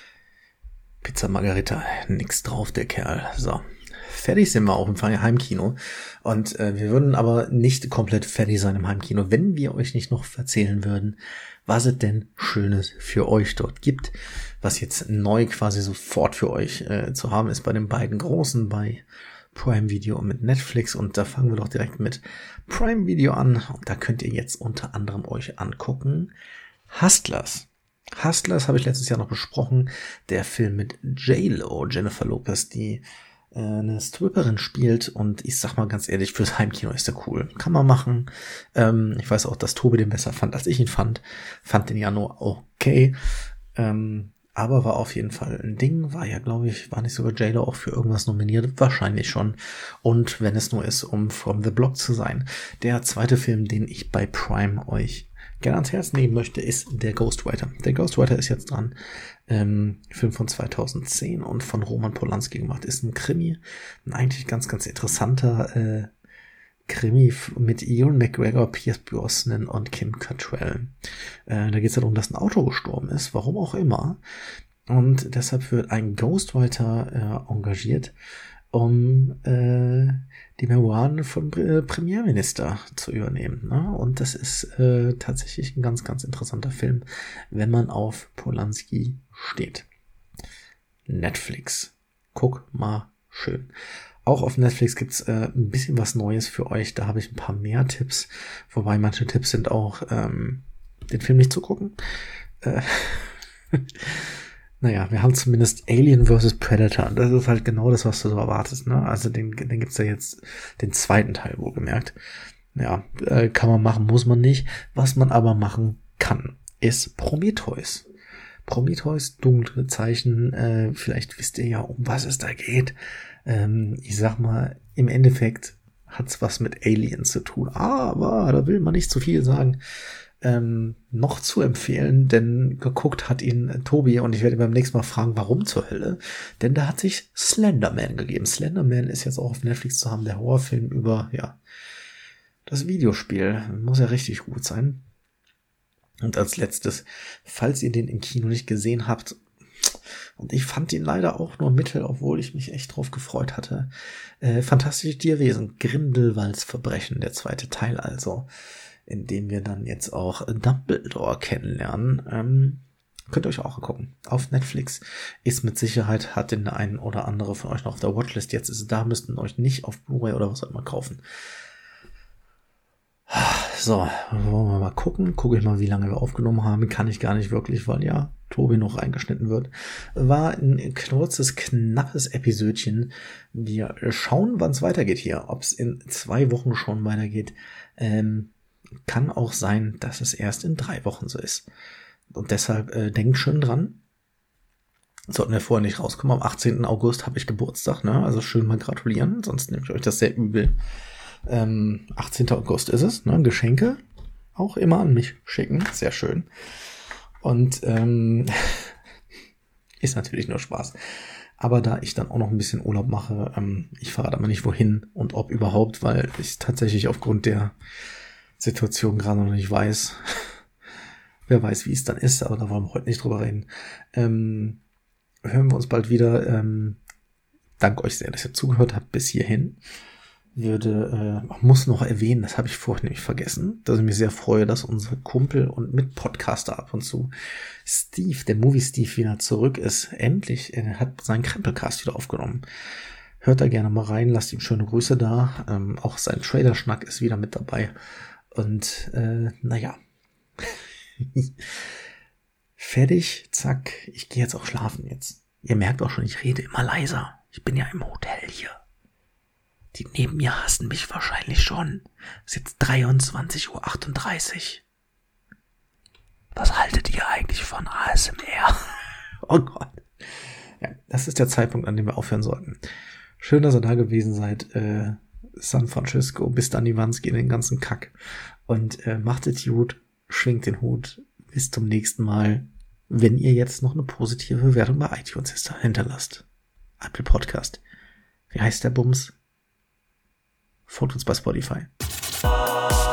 Pizza Margarita, nix drauf, der Kerl. So, fertig sind wir auch im Heimkino. Und äh, wir würden aber nicht komplett fertig sein im Heimkino, wenn wir euch nicht noch erzählen würden, was es denn Schönes für euch dort gibt, was jetzt neu quasi sofort für euch äh, zu haben ist bei den beiden Großen, bei Prime Video und mit Netflix. Und da fangen wir doch direkt mit Prime Video an. Und da könnt ihr jetzt unter anderem euch angucken Hustlers. Hustlers habe ich letztes Jahr noch besprochen. Der Film mit J-Lo, Jennifer Lopez, die äh, eine Stripperin spielt. Und ich sag mal ganz ehrlich, fürs Heimkino ist der cool. Kann man machen. Ähm, ich weiß auch, dass Tobi den besser fand, als ich ihn fand. Fand den ja nur okay. Ähm, aber war auf jeden Fall ein Ding. War ja, glaube ich, war nicht sogar J-Lo auch für irgendwas nominiert? Wahrscheinlich schon. Und wenn es nur ist, um From the Block zu sein. Der zweite Film, den ich bei Prime euch gerne ans Herz nehmen möchte, ist der Ghostwriter. Der Ghostwriter ist jetzt dran. Ähm, Film von zweitausendzehn und von Roman Polanski gemacht. Ist ein Krimi. Ein eigentlich ganz, ganz interessanter äh, Krimi mit Ewan McGregor, Pierce Brosnan und Kim Cattrall. Äh, da geht es darum, dass ein Auto gestorben ist, warum auch immer. Und deshalb wird ein Ghostwriter äh, engagiert, um äh, die Memoiren vom äh, Premierminister zu übernehmen. Ne? Und das ist äh, tatsächlich ein ganz, ganz interessanter Film, wenn man auf Polanski steht. Netflix. Guck mal schön. Auch auf Netflix gibt's äh, ein bisschen was Neues für euch. Da habe ich ein paar mehr Tipps. Wobei manche Tipps sind auch, ähm, den Film nicht zu gucken. Äh, Naja, wir haben zumindest Alien versus. Predator. Das ist halt genau das, was du so erwartest, ne? Also den, den gibt's ja jetzt, den zweiten Teil wohlgemerkt. Ja, äh, kann man machen, muss man nicht. Was man aber machen kann, ist Prometheus. Prometheus, dunkle Zeichen, äh, vielleicht wisst ihr ja, um was es da geht. Ähm, ich sag mal, im Endeffekt hat's was mit Aliens zu tun. Aber da will man nicht zu viel sagen. Ähm, noch zu empfehlen, denn geguckt hat ihn äh, Tobi und ich werde ihn beim nächsten Mal fragen, warum zur Hölle. Denn da hat sich Slenderman gegeben. Slenderman ist jetzt auch auf Netflix zu haben, der Horrorfilm über, ja, das Videospiel. Muss ja richtig gut sein. Und als letztes, falls ihr den im Kino nicht gesehen habt, und ich fand ihn leider auch nur mittel, obwohl ich mich echt drauf gefreut hatte, äh, Fantastische Tierwesen, Grindelwalds Verbrechen, der zweite Teil also, in dem wir dann jetzt auch Dumbledore kennenlernen. Ähm, könnt ihr euch auch gucken. Auf Netflix ist mit Sicherheit, hat den einen oder andere von euch noch auf der Watchlist. Jetzt ist es da, müssten euch nicht auf Blu-ray oder was auch immer kaufen. So, wollen wir mal gucken. Gucke ich mal, wie lange wir aufgenommen haben. Kann ich gar nicht wirklich, weil ja Tobi noch reingeschnitten wird. War ein kurzes, knappes Episödchen. Wir schauen, wann es weitergeht hier. Ob es in zwei Wochen schon weitergeht. Ähm, kann auch sein, dass es erst in drei Wochen so ist. Und deshalb äh, denkt schön dran. Sollten wir vorher nicht rauskommen. Am achtzehnten August habe ich Geburtstag, ne? Also schön mal gratulieren, sonst nehme ich euch das sehr übel. Ähm, achtzehnten August ist es, ne? Geschenke auch immer an mich schicken, sehr schön. Und ähm, ist natürlich nur Spaß. Aber da ich dann auch noch ein bisschen Urlaub mache, ähm, ich verrate aber nicht wohin und ob überhaupt, weil ich tatsächlich aufgrund der Situation gerade noch nicht weiß. Wer weiß, wie es dann ist, aber da wollen wir heute nicht drüber reden. Ähm, hören wir uns bald wieder. Ähm, danke euch sehr, dass ihr zugehört habt bis hierhin. Würde, äh, muss noch erwähnen, das habe ich vorhin nämlich vergessen, dass ich mich sehr freue, dass unser Kumpel und Mitpodcaster ab und zu, Steve, der Movie Steve, wieder zurück ist. Endlich, er hat seinen Krempelcast wieder aufgenommen. Hört da gerne mal rein, lasst ihm schöne Grüße da. Ähm, auch sein Trailer-Schnack ist wieder mit dabei. Und, äh, naja. Fertig, zack, ich gehe jetzt auch schlafen jetzt. Ihr merkt auch schon, ich rede immer leiser. Ich bin ja im Hotel hier. Die neben mir hassen mich wahrscheinlich schon. Es ist jetzt dreiundzwanzig Uhr achtunddreißig. Was haltet ihr eigentlich von A S M R? Oh Gott. Ja, das ist der Zeitpunkt, an dem wir aufhören sollten. Schön, dass ihr da gewesen seid. Äh, San Francisco, bis dann die Wands gehen, den ganzen Kack. Und äh, macht es gut, schwingt den Hut. Bis zum nächsten Mal, wenn ihr jetzt noch eine positive Bewertung bei iTunes hinterlasst. Apple Podcast. Wie heißt der Bums? Folgt uns bei Spotify.